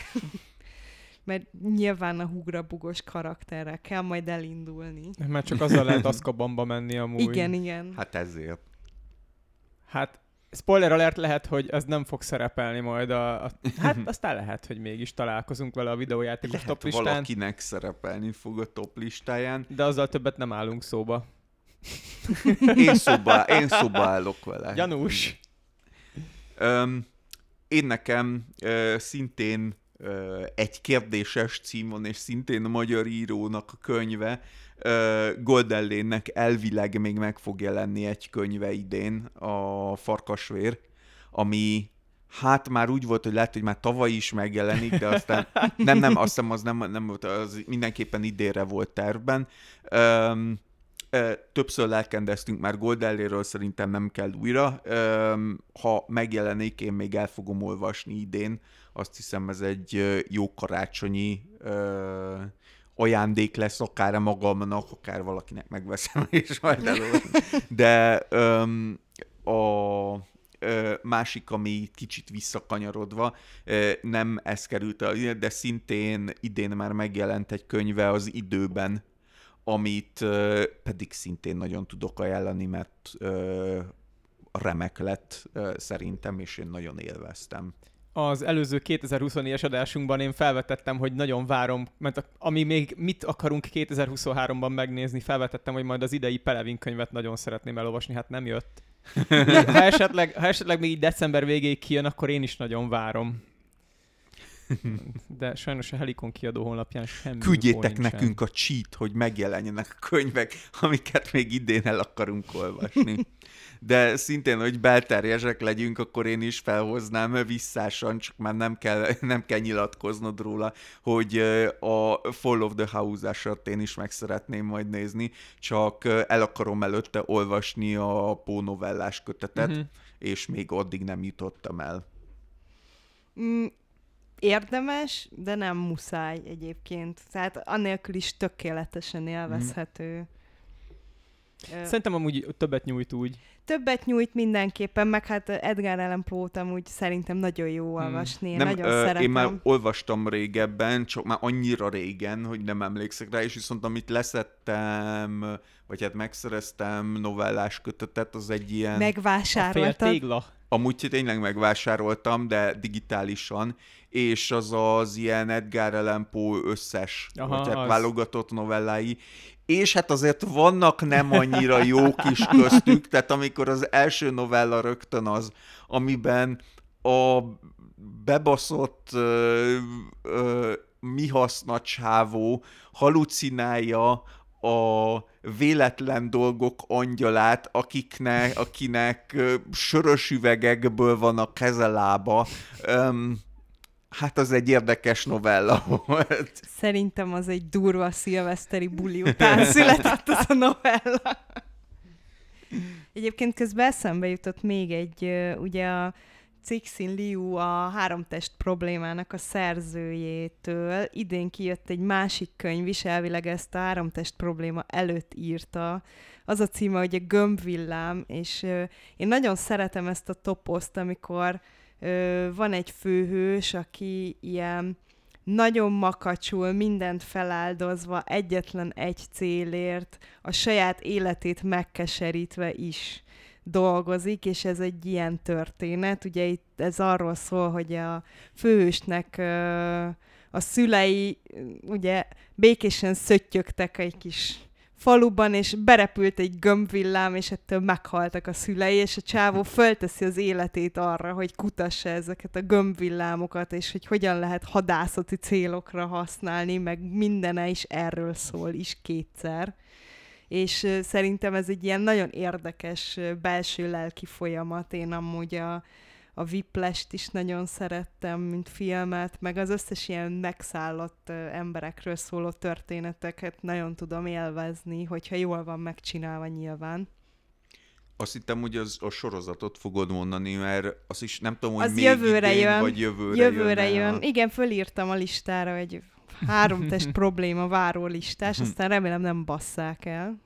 Mert nyilván a hugrabugos karakterrel kell majd elindulni. Mert csak azzal lehet Azkabanba menni amúgy. Igen, igen. Hát ezért. Hát spoiler alert, lehet, hogy ez nem fog szerepelni majd a... a hát aztán lehet, hogy mégis találkozunk vele a videójátékos Lehet top listán. valakinek szerepelni fog a top listáján. De azzal többet nem állunk szóba. Én szóba, én szóba állok vele. Gyanús. Um, én nekem uh, szintén uh, egy kérdéses címon, és szintén a magyar írónak a könyve, uh, Golden Lane-nek elvileg még meg fog jelenni egy könyve idén, a Farkasvér, ami hát már úgy volt, hogy lehet, hogy már tavaly is megjelenik, de aztán nem, nem, azt hiszem, az nem, nem volt, az mindenképpen idénre volt tervben. Um, Többször lelkendeztünk már Goldelléről, szerintem nem kell újra. Ha megjelenik, én még el fogom olvasni idén. Azt hiszem, ez egy jó karácsonyi ajándék lesz, akár magamnak, akár valakinek megveszem, és majd elolvasom. De a másik, ami kicsit visszakanyarodva, nem ez került, de szintén idén már megjelent egy könyve az Időben, amit uh, pedig szintén nagyon tudok ajánlani, mert uh, remek lett uh, szerintem, és én nagyon élveztem. Az előző kétezer-huszonnégyes adásunkban én felvetettem, hogy nagyon várom, mert a, ami még mit akarunk kétezer-huszonháromban megnézni, felvetettem, hogy majd az idei Pelevin könyvet nagyon szeretném elolvasni, hát nem jött. Ha esetleg, ha esetleg még így december végéig kijön, akkor én is nagyon várom. De sajnos a Helikon kiadó honlapján semmi. Küldjétek nekünk a cheat, hogy megjelenjenek a könyvek, amiket még idén el akarunk olvasni. De szintén, hogy belterjesek legyünk, akkor én is felhoznám visszásan, csak már nem kell, nem kell nyilatkoznod róla, hogy a Fall of the House-ásat én is meg szeretném majd nézni, csak el akarom előtte olvasni a Poe novellás kötetet, uh-huh. és még addig nem jutottam el. Mm. Érdemes, de nem muszáj egyébként. Tehát annélkül is tökéletesen élvezhető. Mm. Szerintem amúgy többet nyújt úgy. Többet nyújt mindenképpen, meg hát Edgar Allan Poe-t amúgy szerintem nagyon jó olvasni. Én nem, nagyon ö, szeretem. Én már olvastam régebben, csak már annyira régen, hogy nem emlékszek rá, és viszont amit leszettem, vagy hát megszereztem novellás kötetet, az egy ilyen... Megvásároltad? A féltégla. Amúgy tényleg megvásároltam, de digitálisan, és az az ilyen Edgar Allan Poe összes, Aha, vagy hát az. válogatott novellái, és hát azért vannak nem annyira jók is köztük, tehát amikor az első novella rögtön az, amiben a bebaszott ö, ö, mi haszna csávó halucinálja a véletlen dolgok angyalát, akiknek, akinek ö, sörös üvegekből van a kezelába. Öm, hát az egy érdekes novella volt. Szerintem az egy durva szilveszteri buli után született az a novella. Egyébként közben eszembe jutott még egy, ugye a Cixin Liu a Háromtest problémának a szerzőjétől idén kijött egy másik könyv is, elvileg ezt a Háromtest probléma előtt írta. Az a címe, hogy a Gömbvillám, és én nagyon szeretem ezt a toposzt, amikor van egy főhős, aki ilyen nagyon makacsul, mindent feláldozva, egyetlen egy célért, a saját életét megkeserítve is dolgozik, és ez egy ilyen történet. Ugye itt ez arról szól, hogy a főhősnek a szülei ugye békésen szöttyögtek egy kis faluban, és berepült egy gömbvillám, és ettől meghaltak a szülei, és a csávó fölteszi az életét arra, hogy kutassa ezeket a gömbvillámokat, és hogy hogyan lehet hadászati célokra használni, meg mindene is erről szól is kétszer. És uh, szerintem ez egy ilyen nagyon érdekes uh, belső lelki folyamat. Én amúgy a, a Whiplash-t is nagyon szerettem, mint filmet, meg az összes ilyen megszállott uh, emberekről szóló történeteket nagyon tudom élvezni, hogyha jól van megcsinálva nyilván. Azt hittem, hogy az, a sorozatot fogod mondani, mert azt is nem tudom, hogy az még jövőre idén, jön, vagy jövőre, jövőre jön. A... Igen, fölírtam a listára, hogy három test probléma váró listás, aztán remélem nem basszák el.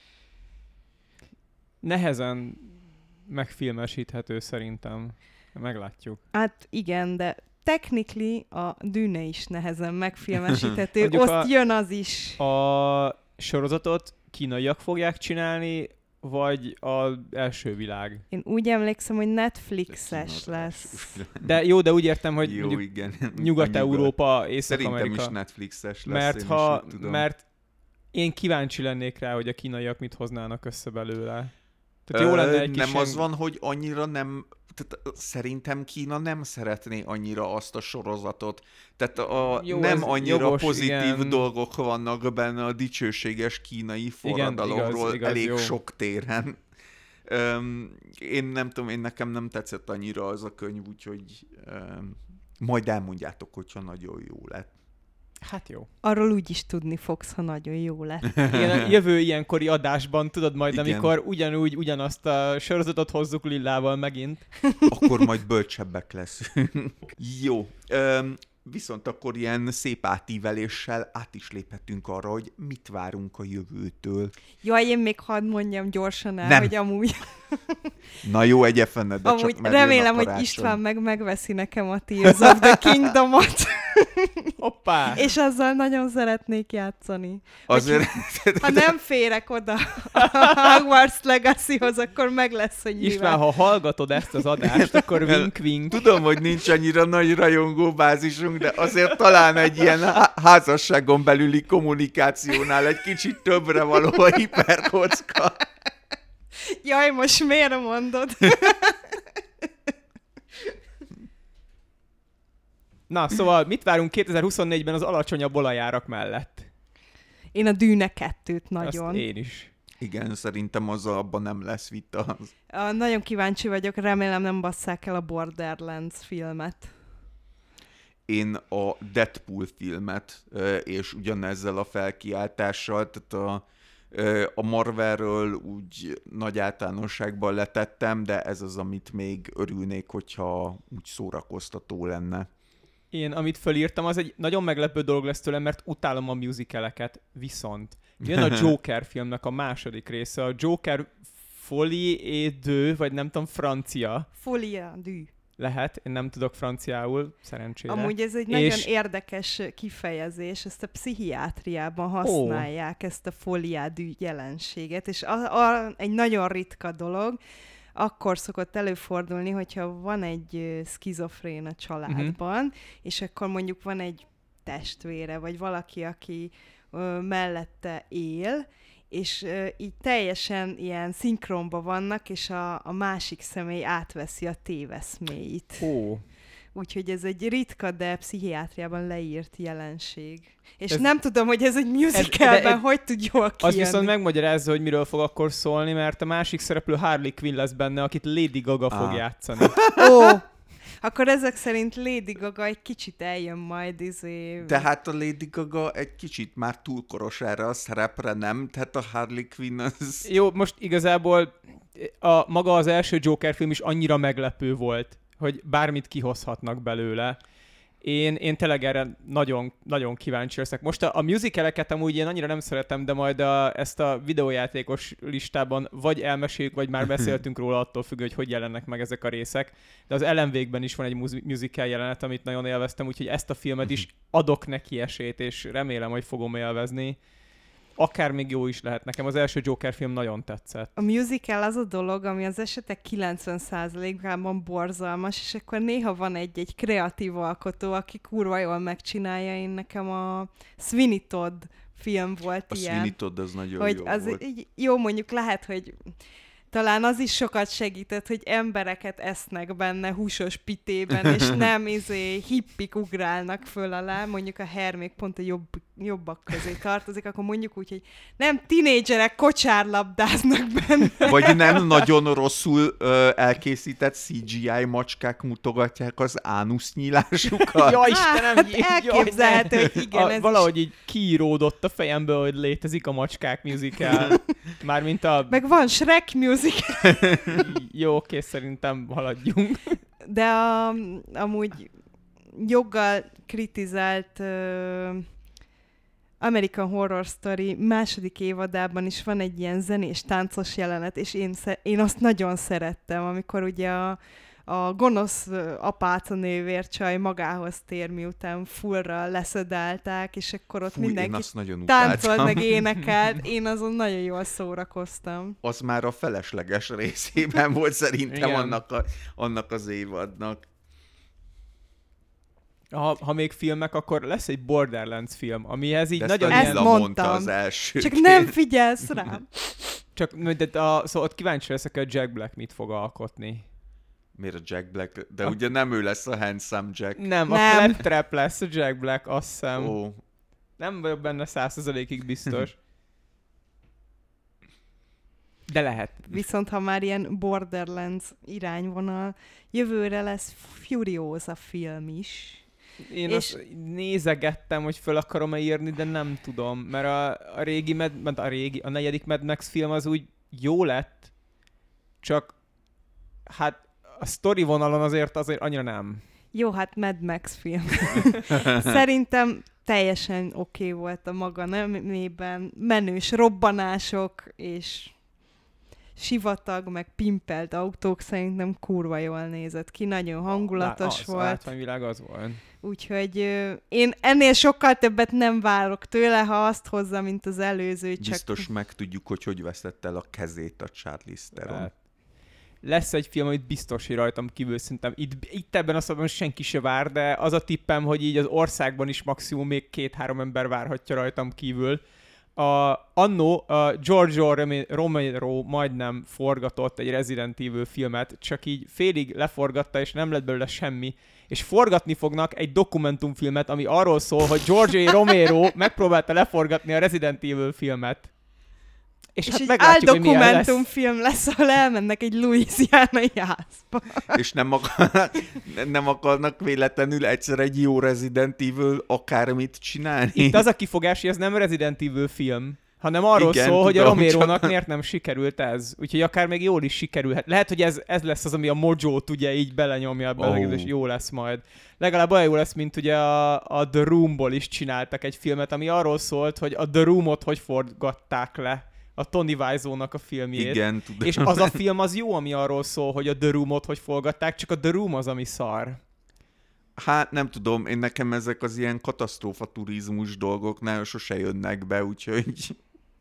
Nehezen megfilmesíthető szerintem. Meglátjuk. Hát igen, de technically a Dűne is nehezen megfilmesíthető. Mondjuk Ott a- jön az is. A sorozatot kínaiak fogják csinálni, vagy az első világ? Én úgy emlékszem, hogy Netflixes lesz. De jó, de úgy értem, hogy Jó, mondjuk igen. Nyugat-Európa, Szerintem Észak-Amerika. is Netflixes lesz. Mert, én ha, is így tudom. mert én kíváncsi lennék rá, hogy a kínaiak mit hoznának össze belőle. Tehát jó Ö, lenne egy kis Nem ilyen- az van, hogy annyira nem... Tehát szerintem Kína nem szeretné annyira azt a sorozatot. Tehát a, Jó, nem ez annyira jogos, pozitív igen. dolgok vannak benne a dicsőséges kínai forradalomról igaz, igaz, elég jó. sok téren. Öm, én nem tudom, én nekem nem tetszett annyira az a könyv, úgyhogy öm, majd elmondjátok, hogyha nagyon jó lett. Hát jó. Arról úgy is tudni fogsz, ha nagyon jó lett. Ilyen a jövő ilyenkori adásban, tudod majd, Igen. amikor ugyanúgy, ugyanazt a sorozatot hozzuk Lillával megint. Akkor majd bölcsebbek leszünk. Jó. Öm, viszont akkor ilyen szép átíveléssel át is léphetünk arra, hogy mit várunk a jövőtől. Jaj, én még hadd mondjam gyorsan el, Nem. hogy amúgy, Na jó, egyefene, de amúgy csak mert jön a remélem, hogy karácsony. István meg megveszi nekem a Tears of the Kingdomot, Hoppá! és azzal nagyon szeretnék játszani. Azért... Ha nem férek oda a Hogwarts Legacyhoz, akkor meg lesz, hogy mivel. István, ha hallgatod ezt az adást, akkor wink-wink. Tudom, hogy nincs annyira nagy rajongóbázisunk, de azért talán egy ilyen há- házasságon belüli kommunikációnál egy kicsit többre való a hiperkocka. Jaj, most miért mondod? Na, szóval mit várunk kétezer-huszonnégyben az alacsonyabb olajárak mellett? Én a Dűne kettőt nagyon. Azt én is. Igen, szerintem az abban nem lesz vita. A, nagyon kíváncsi vagyok, remélem nem basszák el a Borderlands filmet. Én a Deadpool filmet, ö, és ugyanezzel a felkiáltással, tehát a, ö, a Marvelről úgy nagy általánosságban letettem, de ez az, amit még örülnék, hogyha úgy szórakoztató lenne. Én, amit fölírtam, az egy nagyon meglepő dolog lesz tőlem, mert utálom a musicaleket. Viszont jön a Joker filmnek a második része, a Joker Folie et deux, vagy nem tudom, francia Folia dű. lehet, én nem tudok franciául, szerencsére. Amúgy ez egy És- nagyon érdekes kifejezés, ezt a pszichiátriában használják, oh. ezt a foliádű jelenséget, és a, a, egy nagyon ritka dolog, akkor szokott előfordulni, hogyha van egy ö, szkizofrén a családban, uh-huh. és akkor mondjuk van egy testvére, vagy valaki, aki ö, mellette él, és ö, így teljesen ilyen szinkronban vannak, és a, a másik személy átveszi a téveszméit. Ó, Úgyhogy ez egy ritka, de pszichiátriában leírt jelenség. És Ez- ez, nem tudom, hogy ez egy musicalben ez- hogy tud jól kijönni. az viszont megmagyarázza, hogy miről fog akkor szólni, mert a másik szereplő Harley Quinn lesz benne, akit Lady Gaga Ah. fog játszani. Ó, akkor ezek szerint Lady Gaga egy kicsit eljön majd izé... De hát a Lady Gaga egy kicsit már túl koros erre a szerepre, nem? Tehát a Harley Quinn az... Jó, most igazából a, maga az első Joker film is annyira meglepő volt, hogy bármit kihozhatnak belőle. Én, én tényleg erre nagyon, nagyon kíváncsi leszek. Most a, a musicaleket amúgy én annyira nem szeretem, de majd a, ezt a videójátékos listában vagy elmeséljük, vagy már beszéltünk róla, attól függ, hogy hogy jelennek meg ezek a részek. De az Ellen Wake-ben is van egy muzi- musical jelenet, amit nagyon élveztem, úgyhogy ezt a filmet is adok neki esélyt, és remélem, hogy fogom élvezni. akár még jó is lehet. Nekem az első Joker film nagyon tetszett. A musical az a dolog, ami az esetek kilencven százalékában borzalmas, és akkor néha van egy-egy kreatív alkotó, aki kurva jól megcsinálja. Én nekem a Sweeney Todd film volt a ilyen. A Sweeney Todd az nagyon hogy jó az volt. Így, jó, mondjuk lehet, hogy talán az is sokat segített, hogy embereket esznek benne húsos pitében, és nem izé hippik ugrálnak föl alá, mondjuk a Hermék pont a jobb, jobbak közé tartozik, akkor mondjuk úgy, hogy nem tinédzserek kocsárlabdáznak benne. Vagy nem nagyon rosszul ö, elkészített cé gé í macskák mutogatják az ánusznyílásukat. Ja, Istenem! Hát elképzelhető, hogy igen, a, ez valahogy így kiíródott a fejemből, hogy létezik a Macskák musical. Mármint a... Meg van Shrek musical. Jó, oké, szerintem haladjunk. De a, amúgy joggal kritizált uh, American Horror Story második évadában is van egy ilyen zenés táncos jelenet, és én, sze- én azt nagyon szerettem, amikor ugye a, a gonosz apáca nővércsaj magához tér, miután fullra leszedálták, és akkor ott Fúj, mindenki táncolt, meg énekelt. Én azon nagyon jól szórakoztam. Az már a felesleges részében volt szerintem annak, a, annak az évadnak. Ha, ha még filmek, akkor lesz egy Borderlands film, amihez így de nagyon ezt ilyen... mondtam. mondta az első. Csak nem figyelsz rám. Csak de a, szóval ott kíváncsi leszek, hogy Jack Black mit fog alkotni. Miért a Jack Black? De a... ugye nem ő lesz a Handsome Jack. Nem, a nem. Claptrap lesz a Jack Black, azt hiszem. Ó. Nem vagyok benne száz százalékig biztos. De lehet. Viszont ha már ilyen Borderlands irányvonal, jövőre lesz Furiosa film is. Én és... azt nézegettem, hogy föl akarom-e írni, de nem tudom, mert a, a régi, Mad, a régi, a negyedik Mad Max film az úgy jó lett, csak hát a sztori vonalon azért azért annyira nem. Jó, hát Mad Max film. Szerintem teljesen oké okay volt a maga nemében. Menős robbanások és sivatag, meg pimpelt autók, szerintem kurva jól nézett ki. Nagyon hangulatos az, volt. A látványvilág az volt. Úgyhogy ö, én ennél sokkal többet nem várok tőle, ha azt hozza, mint az előző. Csak... Biztos megtudjuk, hogy hogy vesztett el a kezét a Charlize Theron. Hát. Lesz egy film, amit biztos, hogy rajtam kívül szerintem itt, itt ebben a szabban senki se vár, de az a tippem, hogy így az országban is maximum még két-három ember várhatja rajtam kívül. A, annó a Giorgio Romero majdnem forgatott egy Resident Evil filmet, csak így félig leforgatta, és nem lett belőle semmi. És forgatni fognak egy dokumentumfilmet, ami arról szól, hogy Giorgio Romero megpróbálta leforgatni a Resident Evil filmet. És, és hát egy meglátjuk, hogy milyen lesz. áldokumentumfilm lesz, ahol elmennek egy louisianai házba. És nem akarnak, nem akarnak véletlenül egyszer egy jó Resident Evil akármit csinálni. Itt az a kifogás, hogy ez nem Resident Evil film, hanem arról igen, szól, hogy a tudom, Romerónak csak... miért nem sikerült ez. Úgyhogy akár még jól is sikerülhet. Lehet, hogy ez, ez lesz az, ami a Mojo-t ugye így belenyomja ebbe, oh. és jó lesz majd. Legalább olyan jó lesz, mint ugye a, a The Roomból is csináltak egy filmet, ami arról szólt, hogy a The Roomot hogy forgatták le. A Tony Wiseau-nak a filmjét. Igen, tudom. És az a film az jó, ami arról szól, hogy a The Room-ot hogy forgatták, csak a The Room az, ami szar. Hát nem tudom, én nekem ezek az ilyen katasztrófa turizmus dolgok nagyon sose jönnek be, úgyhogy...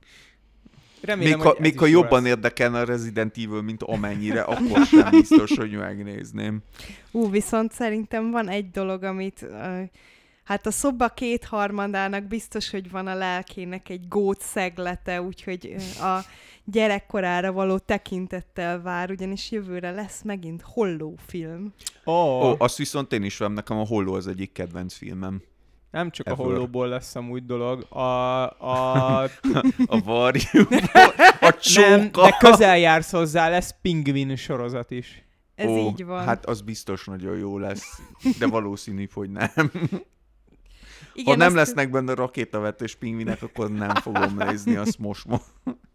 Remélem, még ha, még ha jobban lesz. érdekelne a Resident Evil, mint amennyire, akkor sem biztos, hogy megnézném. Ú, viszont szerintem van egy dolog, amit... Uh, hát a szoba kétharmadának biztos, hogy van a lelkének egy gót szeglete, úgyhogy a gyerekkorára való tekintettel vár, ugyanis jövőre lesz megint Holló film. Oh. Ó, azt viszont én is vem, nekem a Holló az egyik kedvenc filmem. Nem csak Ever. a Hollóból lesz amúgy dolog, a... A, a varjúból, a csóka. Nem, de közel jársz hozzá, lesz Pingvin sorozat is. Ez Ó, így van. Hát az biztos nagyon jó lesz, de valószínű, hogy nem. Igen, ha nem azt... lesznek benne rakétavetős pingvinek, akkor nem fogom nézni, azt most ma.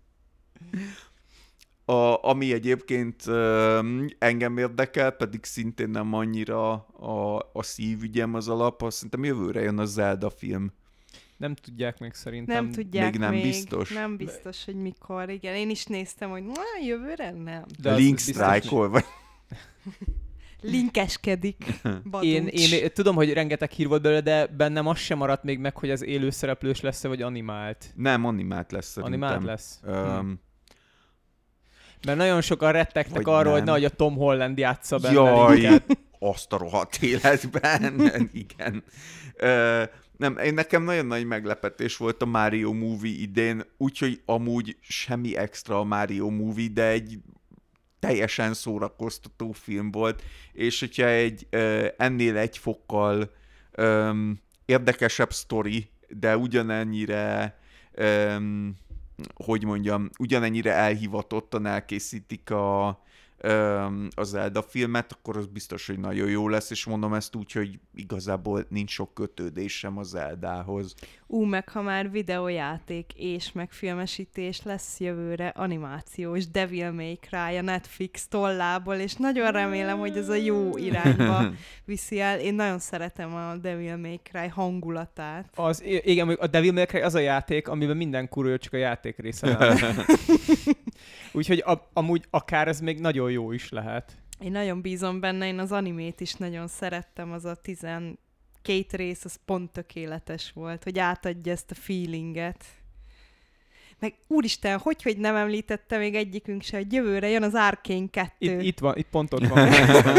A, ami egyébként uh, engem érdekel, pedig szintén nem annyira a, a szívügyem az alap, azt szerintem jövőre jön a Zelda film. Nem tudják még szerintem. Nem tudják még. Nem még. biztos. Nem biztos, hogy mikor. Igen, én is néztem, hogy na, jövőre nem. De Link Strike-ol, vagy... linkeskedik. Én, én tudom, hogy rengeteg hír volt belőle, de bennem az sem maradt még meg, hogy az élőszereplős lesz-e, vagy animált. Nem, animált lesz szerintem. Animált lesz? Um, hm. Mert nagyon sokan rettegtek arról, nem. hogy nehogy a Tom Holland játsza benne. Jaj, azt a rohadt életben. Igen. Uh, nem, én nekem nagyon nagy meglepetés volt a Mario Movie idén, úgyhogy amúgy semmi extra a Mario Movie, de egy teljesen szórakoztató film volt, és hogyha egy uh, ennél egy fokkal um, érdekesebb sztori, de ugyanennyire um, hogy mondjam, ugyanennyire elhivatottan elkészítik a, a Zelda filmet, akkor az biztos, hogy nagyon jó lesz, és mondom ezt úgy, hogy igazából nincs sok kötődésem a Zeldához. Ú, meg ha már videójáték és meg filmesítés lesz jövőre animációs Devil May Cry a Netflix tollából, és nagyon remélem, hogy ez a jó irányba viszi el. Én nagyon szeretem a Devil May Cry hangulatát. Az, igen, a Devil May Cry az a játék, amiben minden kurva, csak a játék része nem. Úgyhogy a, amúgy akár ez még nagyon jó is lehet. Én nagyon bízom benne, én az animét is nagyon szerettem, az a tizenkét rész, az pont tökéletes volt, hogy átadja ezt a feelinget. Meg úristen, hogy, hogy nem említette még egyikünk se, hogy jövőre jön az Arcane kettő. Itt, itt van, itt pont ott van.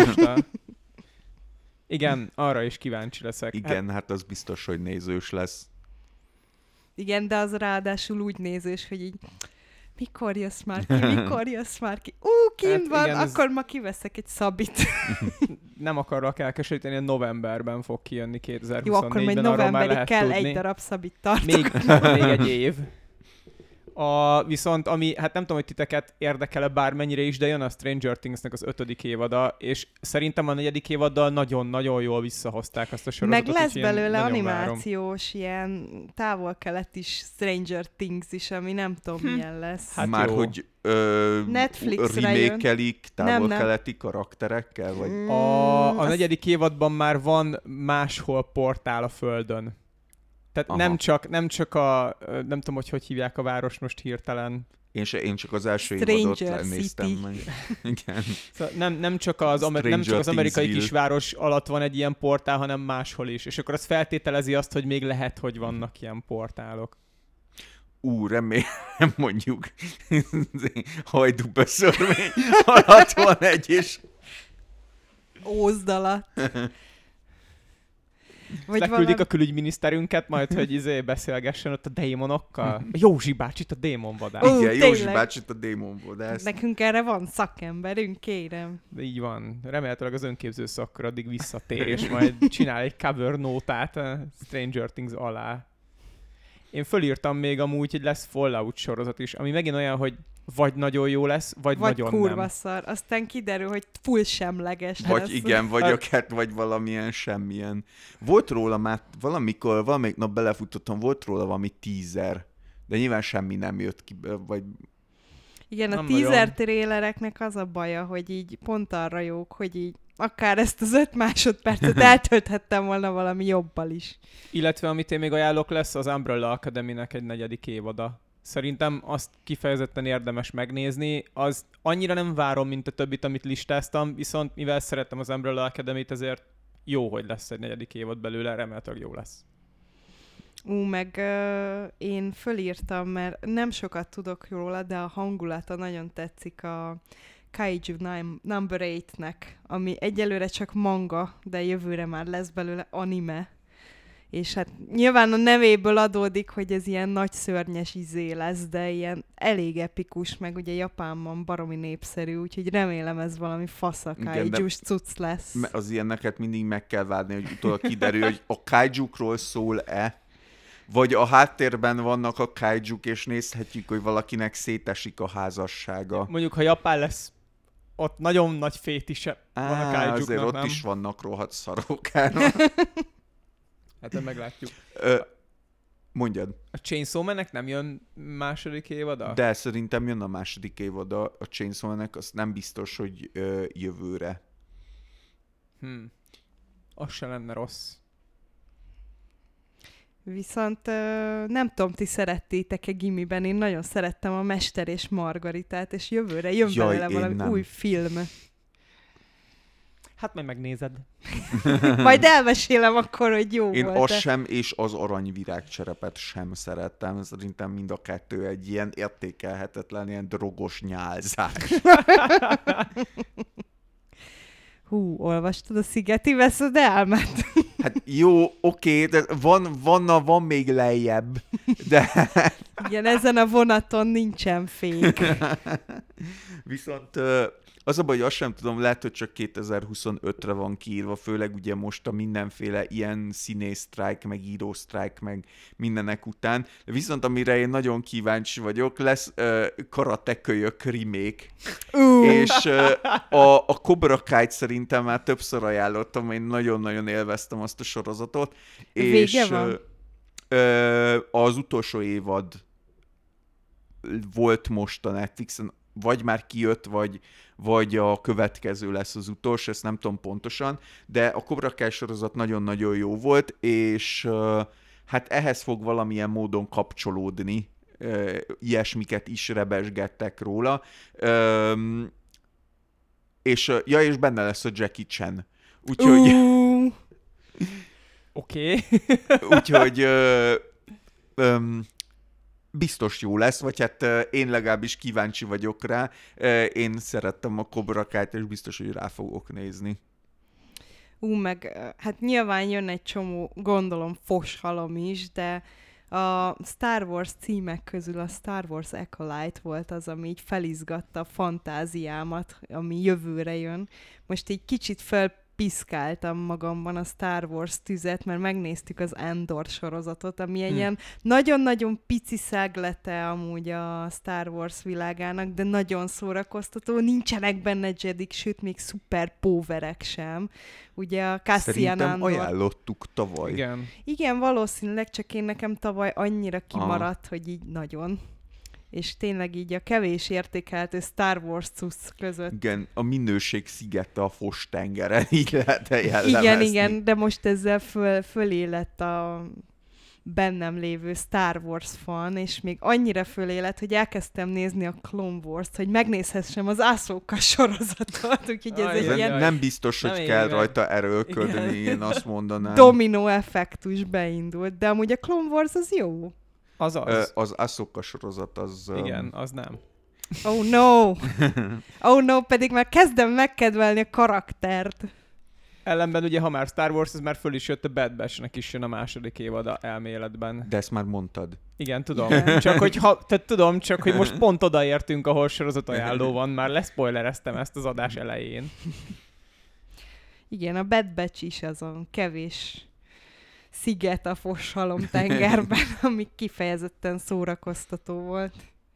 Igen, arra is kíváncsi leszek. Igen, hát, hát az biztos, hogy nézős lesz. Igen, de az ráadásul úgy nézős, hogy így mikor jössz már ki, mikor jössz már ki? Ú, kint hát van, igen, akkor ez... ma kiveszek egy szabit. Nem akarlak elkeseríteni, a novemberben fog kijönni kétezer-huszonnégyben. Jó, akkor majd novemberig kell tudni. Egy darab szabit tartani. Még, még egy év. A, viszont ami, hát nem tudom, hogy titeket érdekel-e bármennyire is, de jön a Stranger Things-nek az ötödik évada, és szerintem a negyedik évaddal nagyon-nagyon jól visszahozták azt a sorozatot. Meg lesz belőle animációs, várom. Ilyen távol-keletis Stranger Things is, ami nem tudom, hm. milyen lesz. Hát már, jó. hogy ö, remékelik távol-keleti karakterekkel? Vagy? Mm, a, a negyedik évadban már van máshol portál a Földön. Tehát nem csak, nem csak a, nem tudom, hogy hogy hívják a város most hirtelen. Én, se, én csak az első évadot néztem meg. Igen. Szóval nem, nem, csak az, amer, nem csak az amerikai Thingsville. Kisváros alatt van egy ilyen portál, hanem máshol is. És akkor az feltételezi azt, hogy még lehet, hogy vannak ilyen portálok. Ú, remélem, mondjuk hajdúbeszörmény alatt van egy, és... Ózd alatt. Vagy leküldik valami... a külügyminiszterünket majd, hogy izé beszélgessen ott a démonokkal. Józsi bácsi itt a démonvadász. Ó, igen, Józsi bácsi itt a démonvadász. Nekünk erre van szakemberünk, kérem. De így van. Remélhetőleg az önképző szakkor addig visszatér, és majd csinál egy cover nótát a Stranger Things alá. Én fölírtam még amúgy, hogy lesz Fallout sorozat is, ami megint olyan, hogy vagy nagyon jó lesz, vagy, vagy nagyon nem. Vagy kurva szar. Aztán kiderül, hogy full semleges vagy lesz. Igen, vagy akár, vagy valamilyen semmilyen. Volt róla már valamikor, valamelyik nap belefutottam, volt róla valami teaser, de nyilván semmi nem jött ki, vagy... Igen, nem a teaser trélereknek az a baja, hogy így pont arra jók, hogy így akár ezt az öt másodpercet eltölthettem volna valami jobbal is. Illetve amit én még ajánlok, lesz az Umbrella Academy-nek egy negyedik évada. Szerintem azt kifejezetten érdemes megnézni. Az annyira nem várom, mint a többit, amit listáztam, viszont mivel szerettem az Umbrella Academy-t, ezért jó, hogy lesz egy negyedik évad belőle, remélhetőleg jó lesz. Ú, meg uh, én fölírtam, mert nem sokat tudok róla, de a hangulata nagyon tetszik a Kaiju number eight-nek, ami egyelőre csak manga, de jövőre már lesz belőle anime. És hát nyilván a nevéből adódik, hogy ez ilyen nagy szörnyes izé lesz, de ilyen elég epikus, meg ugye Japánban baromi népszerű, úgyhogy remélem ez valami fasza kaijus cucc lesz. Az ilyeneket mindig meg kell várni, hogy utólag kiderül, hogy a kaijukról szól-e, vagy a háttérben vannak a kaijuk, és nézhetjük, hogy valakinek szétesik a házassága. Mondjuk, ha Japán lesz, ott nagyon nagy fétise van a kaijuknak, azért ott nem? is vannak rohadt szarok. Hát meglátjuk. Ö, mondjad. A Chainsaw Man-nek nem jön második évada? De szerintem jön a második évada. A Chainsaw Man-nek az nem biztos, hogy ö, jövőre. Hmm. Az se lenne rossz. Viszont ö, nem tudom, ti szerettétek-e gimiben, én nagyon szerettem a Mester és Margaritát, és jövőre jön Jaj, belőle valami nem. új film. Hát majd megnézed. Majd elmesélem akkor, hogy jó Én volt. azt sem, és az aranyvirágcserepet sem szerettem. Szerintem mind a kettő egy ilyen értékelhetetlen, ilyen drogos nyálzás. Hú, olvastad a Szigeti veszedelmet? Hát jó, oké, de van, van, van még lejjebb, de... Igen, ezen a vonaton nincsen fék. Viszont az a baj, hogy azt sem tudom, lehet, hogy csak kétezer-huszonötre van kiírva, főleg ugye most a mindenféle ilyen színészsztrájk, meg írósztrájk, meg mindenek után. Viszont amire én nagyon kíváncsi vagyok, lesz uh, Karate Kölyök remake. Uh. És uh, a, a Cobra Kai-t szerintem már többször ajánlottam, én nagyon-nagyon élveztem azt a sorozatot. Vége és van? Uh, uh, az utolsó évad volt most a Netflixen, vagy már kijött, vagy, vagy a következő lesz az utolsó, ezt nem tudom pontosan, de a Cobra Kai sorozat nagyon-nagyon jó volt, és uh, hát ehhez fog valamilyen módon kapcsolódni, uh, ilyesmiket is rebesgettek róla, um, és, uh, ja, és benne lesz a Jackie Chan. Úgyhogy... Uh. Oké. úgyhogy... Uh, um, biztos jó lesz, vagy hát uh, én legalábbis kíváncsi vagyok rá. Uh, én szerettem a Cobra Kai-t, és biztos, hogy rá fogok nézni. Ú, meg hát nyilván jön egy csomó, gondolom, foshalom is, de a Star Wars címek közül a Star Wars Acolyte volt az, ami így felizgatta a fantáziámat, ami jövőre jön. Most egy kicsit felpiszkáltam magamban a Star Wars tüzet, mert megnéztük az Andor sorozatot, ami egy Hm. ilyen nagyon-nagyon pici szeglete amúgy a Star Wars világának, de nagyon szórakoztató. Nincsenek benne jedik, sőt, még szuper póverek sem. Ugye a Cassian Szerintem Andor... ajánlottuk tavaly. Igen. Igen, valószínűleg, csak én nekem tavaly annyira kimaradt, hogy így nagyon. És tényleg így a kevés értékeltő Star Wars cucc között. Igen, a minőség szigete a Fos-tengeren, így lehet jellemezni. Igen, igen, de most ezzel föl, fölé lett a bennem lévő Star Wars fan, és még annyira fölé lett, hogy elkezdtem nézni a Clone Wars-t, hogy megnézhessem az Ahsoka sorozatot, úgyhogy ez Aj, egy jaj, ilyen jaj. Nem biztos, hogy Nem kell igen. rajta erőlködni, Igen. én azt mondanám. dominó effektus beindult, de amúgy a Clone Wars az jó. Az az. Ö, Az Ahsoka sorozat az... Igen, Um, az nem. Oh no! Oh no, pedig már kezdem megkedvelni a karaktert. Ellenben ugye, ha már Star Wars, ez már föl is jött, a Bad Batch-nek is jön a második évad elméletben. de ezt már mondtad. Igen, tudom. Igen. Csak hogy ha, tehát tudom, csak hogy most pont odaértünk, ahol sorozat ajánló van, már leszpoilereztem ezt az adás elején. Igen, a Bad Batch is azon kevés sziget a Foshalom tengerben, ami kifejezetten szórakoztató volt.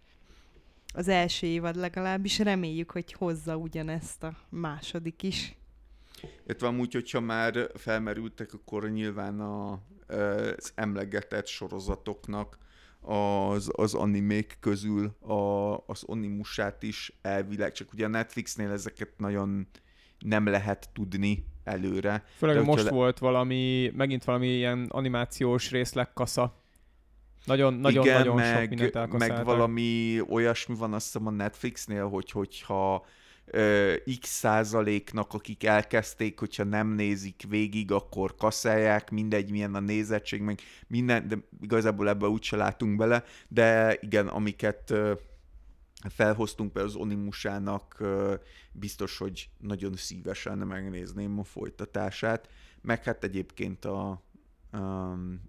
Az első évad legalábbis, reméljük, hogy hozza ugyanezt a második is. Illetve amúgy, hogyha már felmerültek, akkor nyilván a, az emlegetett sorozatoknak az, az animék közül a, az Onimusát is elvileg, csak ugye a Netflixnél ezeket nagyon nem lehet tudni előre. Főleg De most hogyha le- volt valami, megint valami ilyen animációs részlegkasza. Nagyon, nagyon, Igen, nagyon meg, sok mindent elkaszáltak. meg valami olyasmi van azt hiszem a Netflixnél, hogy hogyha ö, x százaléknak, akik elkezdték, hogyha nem nézik végig, akkor kaszálják, mindegy, milyen a nézettség, meg minden, de igazából ebbe úgyse látunk bele, de igen, amiket ö, felhoztunk be az Onimusának, ö, biztos, hogy nagyon szívesen megnézném a folytatását, meg hát egyébként a um,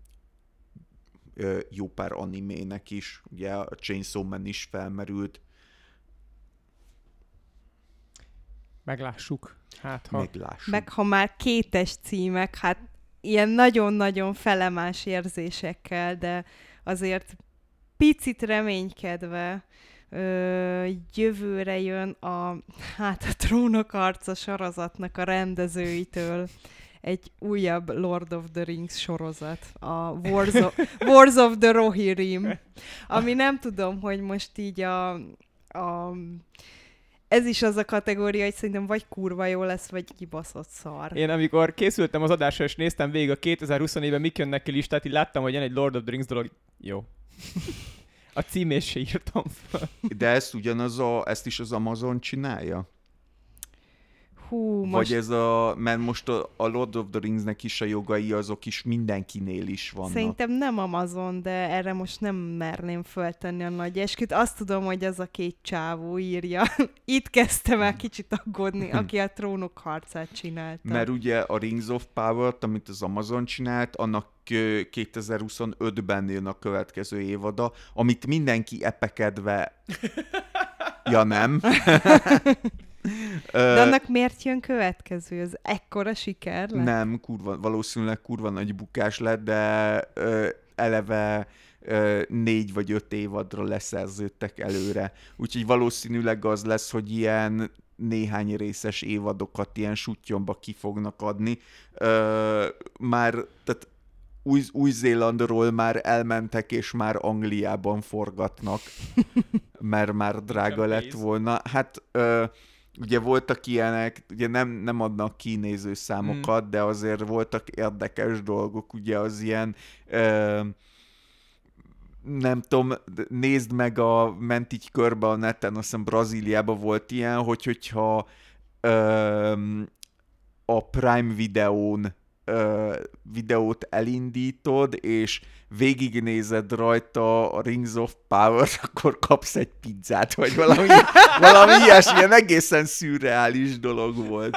ö, jó pár animének is, ugye a Chainsaw Man is felmerült, Meglássuk. Hát, ha... meglássuk. Meg ha már kétes címek, hát ilyen nagyon-nagyon felemás érzésekkel, de azért picit reménykedve ö, jövőre jön a, hát a Trónok harca sorozatnak a rendezőitől egy újabb Lord of the Rings sorozat, a Wars of, Wars of the Rohirrim, ami nem tudom, hogy most így a, a ez is az a kategória, hogy szerintem vagy kurva jó lesz, vagy kibaszott szar. Én amikor készültem az adásra, és néztem végig a kétezer-huszonnégyben mik jönnek ki listát, így láttam, hogy jön egy Lord of the Rings dolog. Jó. A címét se írtam fel. De ezt ugyanaz a, ezt is az Amazon csinálja? Hú, Vagy most ez a, mert most a, a Lord of the Ringsnek is a jogai azok is mindenkinél is vannak. szerintem nem Amazon, de erre most nem merném föltenni a nagy esküt. Azt tudom, hogy az a két csávó írja. Itt kezdtem el kicsit aggódni, aki a Trónok harcát csinálta. Mert ugye a Rings of Power-t, amit az Amazon csinált, annak ö, kétezer-huszonötben jön a következő évada, amit mindenki epekedve... Ja, nem. De annak miért jön következő? Ez ekkora siker lett? Nem, kurva, valószínűleg kurva nagy bukás lett, de ö, eleve ö, négy vagy öt évadra leszerződtek előre. Úgyhogy valószínűleg az lesz, hogy ilyen néhány részes évadokat ilyen sutyomba ki fognak adni. Ö, már, tehát Új, Új-Zélandról már elmentek, és már Angliában forgatnak, mert már drága lett volna. Hát ö, ugye voltak ilyenek, ugye nem, nem adnak ki nézőszámokat, mm. de azért voltak érdekes dolgok, ugye az ilyen, ö, nem tudom, nézd meg, a, ment így körbe a neten, azt hiszem Brazíliában volt ilyen, hogy hogyha ö, a Prime videón ö, videót elindítod, és végignézed rajta a Rings of Power, akkor kapsz egy pizzát, vagy valami, valami ilyesmi, ilyen egészen szürreális dolog volt.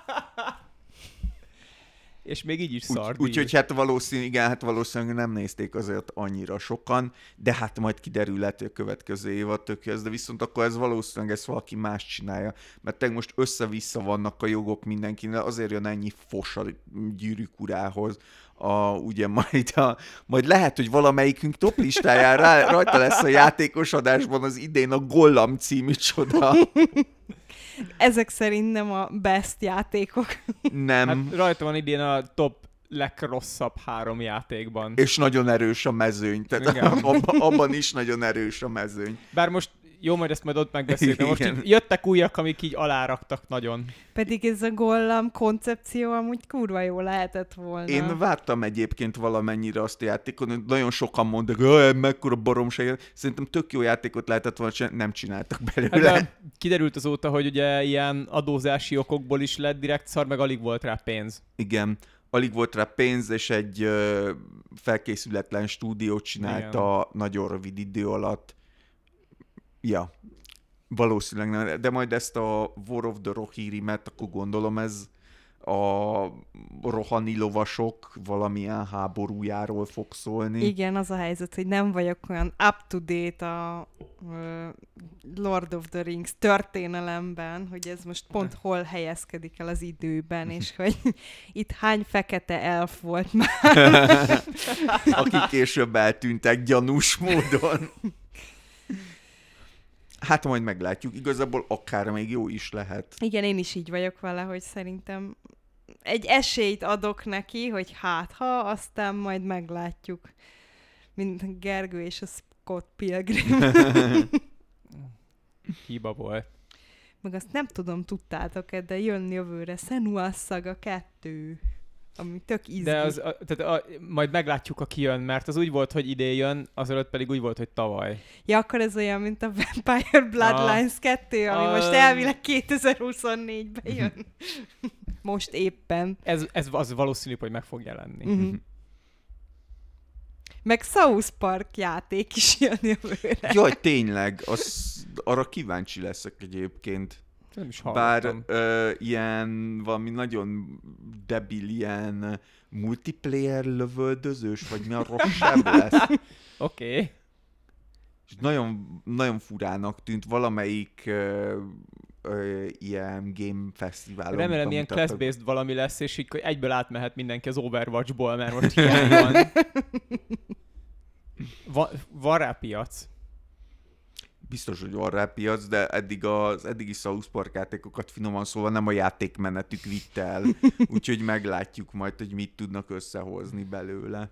És még így is Úgy, szart. Úgyhogy hát valószínűleg, igen, hát valószínűleg nem nézték azért annyira sokan, de hát majd kiderülhet, hogy a következő évad tök ez, de viszont akkor ez valószínűleg ezt valaki más csinálja, mert te most össze-vissza vannak a jogok mindenkinek, azért jön ennyi fos a Gyűrűk urához. A, ugye majd, a, majd lehet, hogy valamelyikünk top listáján rá, rajta lesz a játékos adásban az idén a Gollam című csoda. Ezek szerint nem a best játékok. Nem. Hát rajta van idén a top legrosszabb három játékban. És nagyon erős a mezőny, tehát abban, abban is nagyon erős a mezőny. Bár most jó, majd ezt majd ott megbeszéljük, de most Igen. így jöttek újak, amik így aláraktak nagyon. Pedig ez a Gollam koncepció amúgy kurva jó lehetett volna. Én vártam egyébként valamennyire azt a játékot, hogy nagyon sokan mondtak, hogy mekkora baromság. Szerintem tök jó játékot lehetett volna, csak nem csináltak belőle. Hát de kiderült azóta, hogy ugye ilyen adózási okokból is lett direkt szar, meg alig volt rá pénz. Igen. Alig volt rá pénz, és egy ö, felkészületlen stúdió csinálta igen. nagyon rövid idő alatt. Ja, valószínűleg nem. De majd ezt a War of the Rohirrimet, akkor gondolom ez a rohani lovasok valamilyen háborújáról fog szólni. Igen, az a helyzet, hogy nem vagyok olyan up-to-date a uh, Lord of the Rings történelemben, hogy ez most pont hol helyezkedik el az időben, és hogy itt hány fekete elf volt már. Akik később eltűntek gyanús módon. Hát majd meglátjuk. Igazából akár még jó is lehet. Igen, én is így vagyok vele, hogy szerintem egy esélyt adok neki, hogy hát ha, aztán majd meglátjuk. Mint Gergő és a Scott Pilgrim. Hiba volt. Meg azt nem tudom, tudtátok-e, de jön jövőre Senua's Saga kettő. Ami tök izgi. De az, a, tehát a, majd meglátjuk, a kijön, mert az úgy volt, hogy idén jön, azelőtt pedig úgy volt, hogy tavaly. Ja, akkor ez olyan, mint a Vampire Bloodlines kettő, ami a... most elvileg kétezer-huszonnégyben jön. Most éppen. Ez, ez az valószínű, hogy meg fog jelenni. Uh-huh. Meg South Park játék is jön jövőre. Jaj, tényleg, az, arra kíváncsi leszek egyébként. Nem is Bár ö, ilyen valami nagyon debil, ilyen multiplayer lövöldözős, vagy mi a rosszabb lesz. Oké. Okay. És nagyon, nagyon furának tűnt valamelyik ö, ö, ilyen game fesztiválon. Remélem ilyen class-based valami lesz, és így egyből átmehet mindenki az Overwatchból, mert most hiány van. Va, van rá piac. Biztos, hogy van rá piac, de eddig az eddigi South Park játékokat finoman szóval nem a játékmenetük vitt el, úgyhogy meglátjuk majd, hogy mit tudnak összehozni belőle.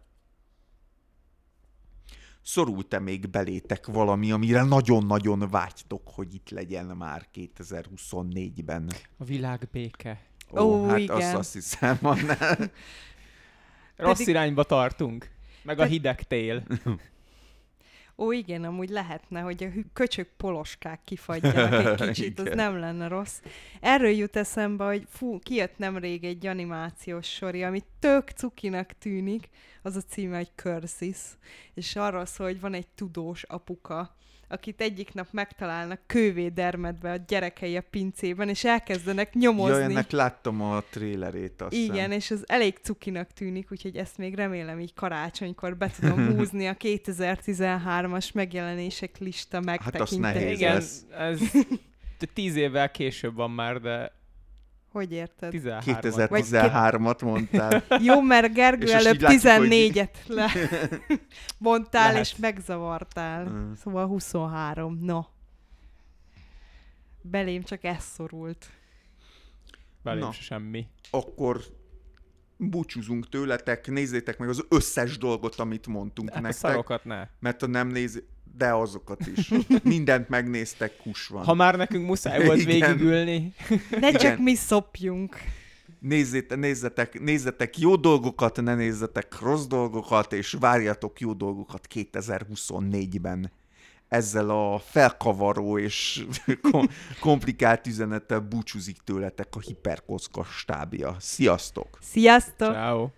Szorult-e még belétek valami, amire nagyon-nagyon vágytok, hogy itt legyen már kétezer-huszonnégyben? A világbéke. Ó, Ó, hát igen. azt, azt hiszem, annál. Rossz Pedig... irányba tartunk. Meg a hideg tél. Ó, igen, amúgy lehetne, hogy a hü- köcsög poloskák kifagyjanak egy kicsit, az Igen. nem lenne rossz. Erről jut eszembe, hogy fú, kijött nemrég egy animációs sori, ami tök cukinak tűnik, az a címe, hogy Cursis, és arról szól, hogy van egy tudós apuka, akit egyik nap megtalálnak kővédermedve a gyerekei a pincében, és elkezdenek nyomozni. Jaj, ennek láttam a trélerét, azt Igen, hiszem. és az elég cukinak tűnik, úgyhogy ezt még remélem így karácsonykor be tudom húzni a kétezer-tizenhármas megjelenések lista Hát azt megtekintésére. nehéz Igen, lesz. ez tíz évvel később van már, de Hogy érted? tizenhárom. kétezer-tizenhármat mondtál. Jó, mert Gergő És most előbb így látjuk, tizennégyet le mondtál, Lehet. és megzavartál. Mm. Szóval huszonhárom. No. Belém csak ez szorult. Belém Na. se semmi. Akkor búcsúzunk tőletek, nézzétek meg az összes dolgot, amit mondtunk Hát a nektek, szarokat ne. mert ha nem néz, de azokat is. Mindent megnéztek, kus van. Ha már nekünk muszáj volt Igen. végigülni. Ne csak Igen. mi szopjunk. Nézzétek, nézzetek, nézzetek jó dolgokat, ne nézzetek rossz dolgokat, és várjatok jó dolgokat kétezer-huszonnégyben. Ezzel a felkavaró és kom- komplikált üzenettel búcsúzik tőletek a Hiperkocka stábja. Sziasztok! Sziasztok! Ciao.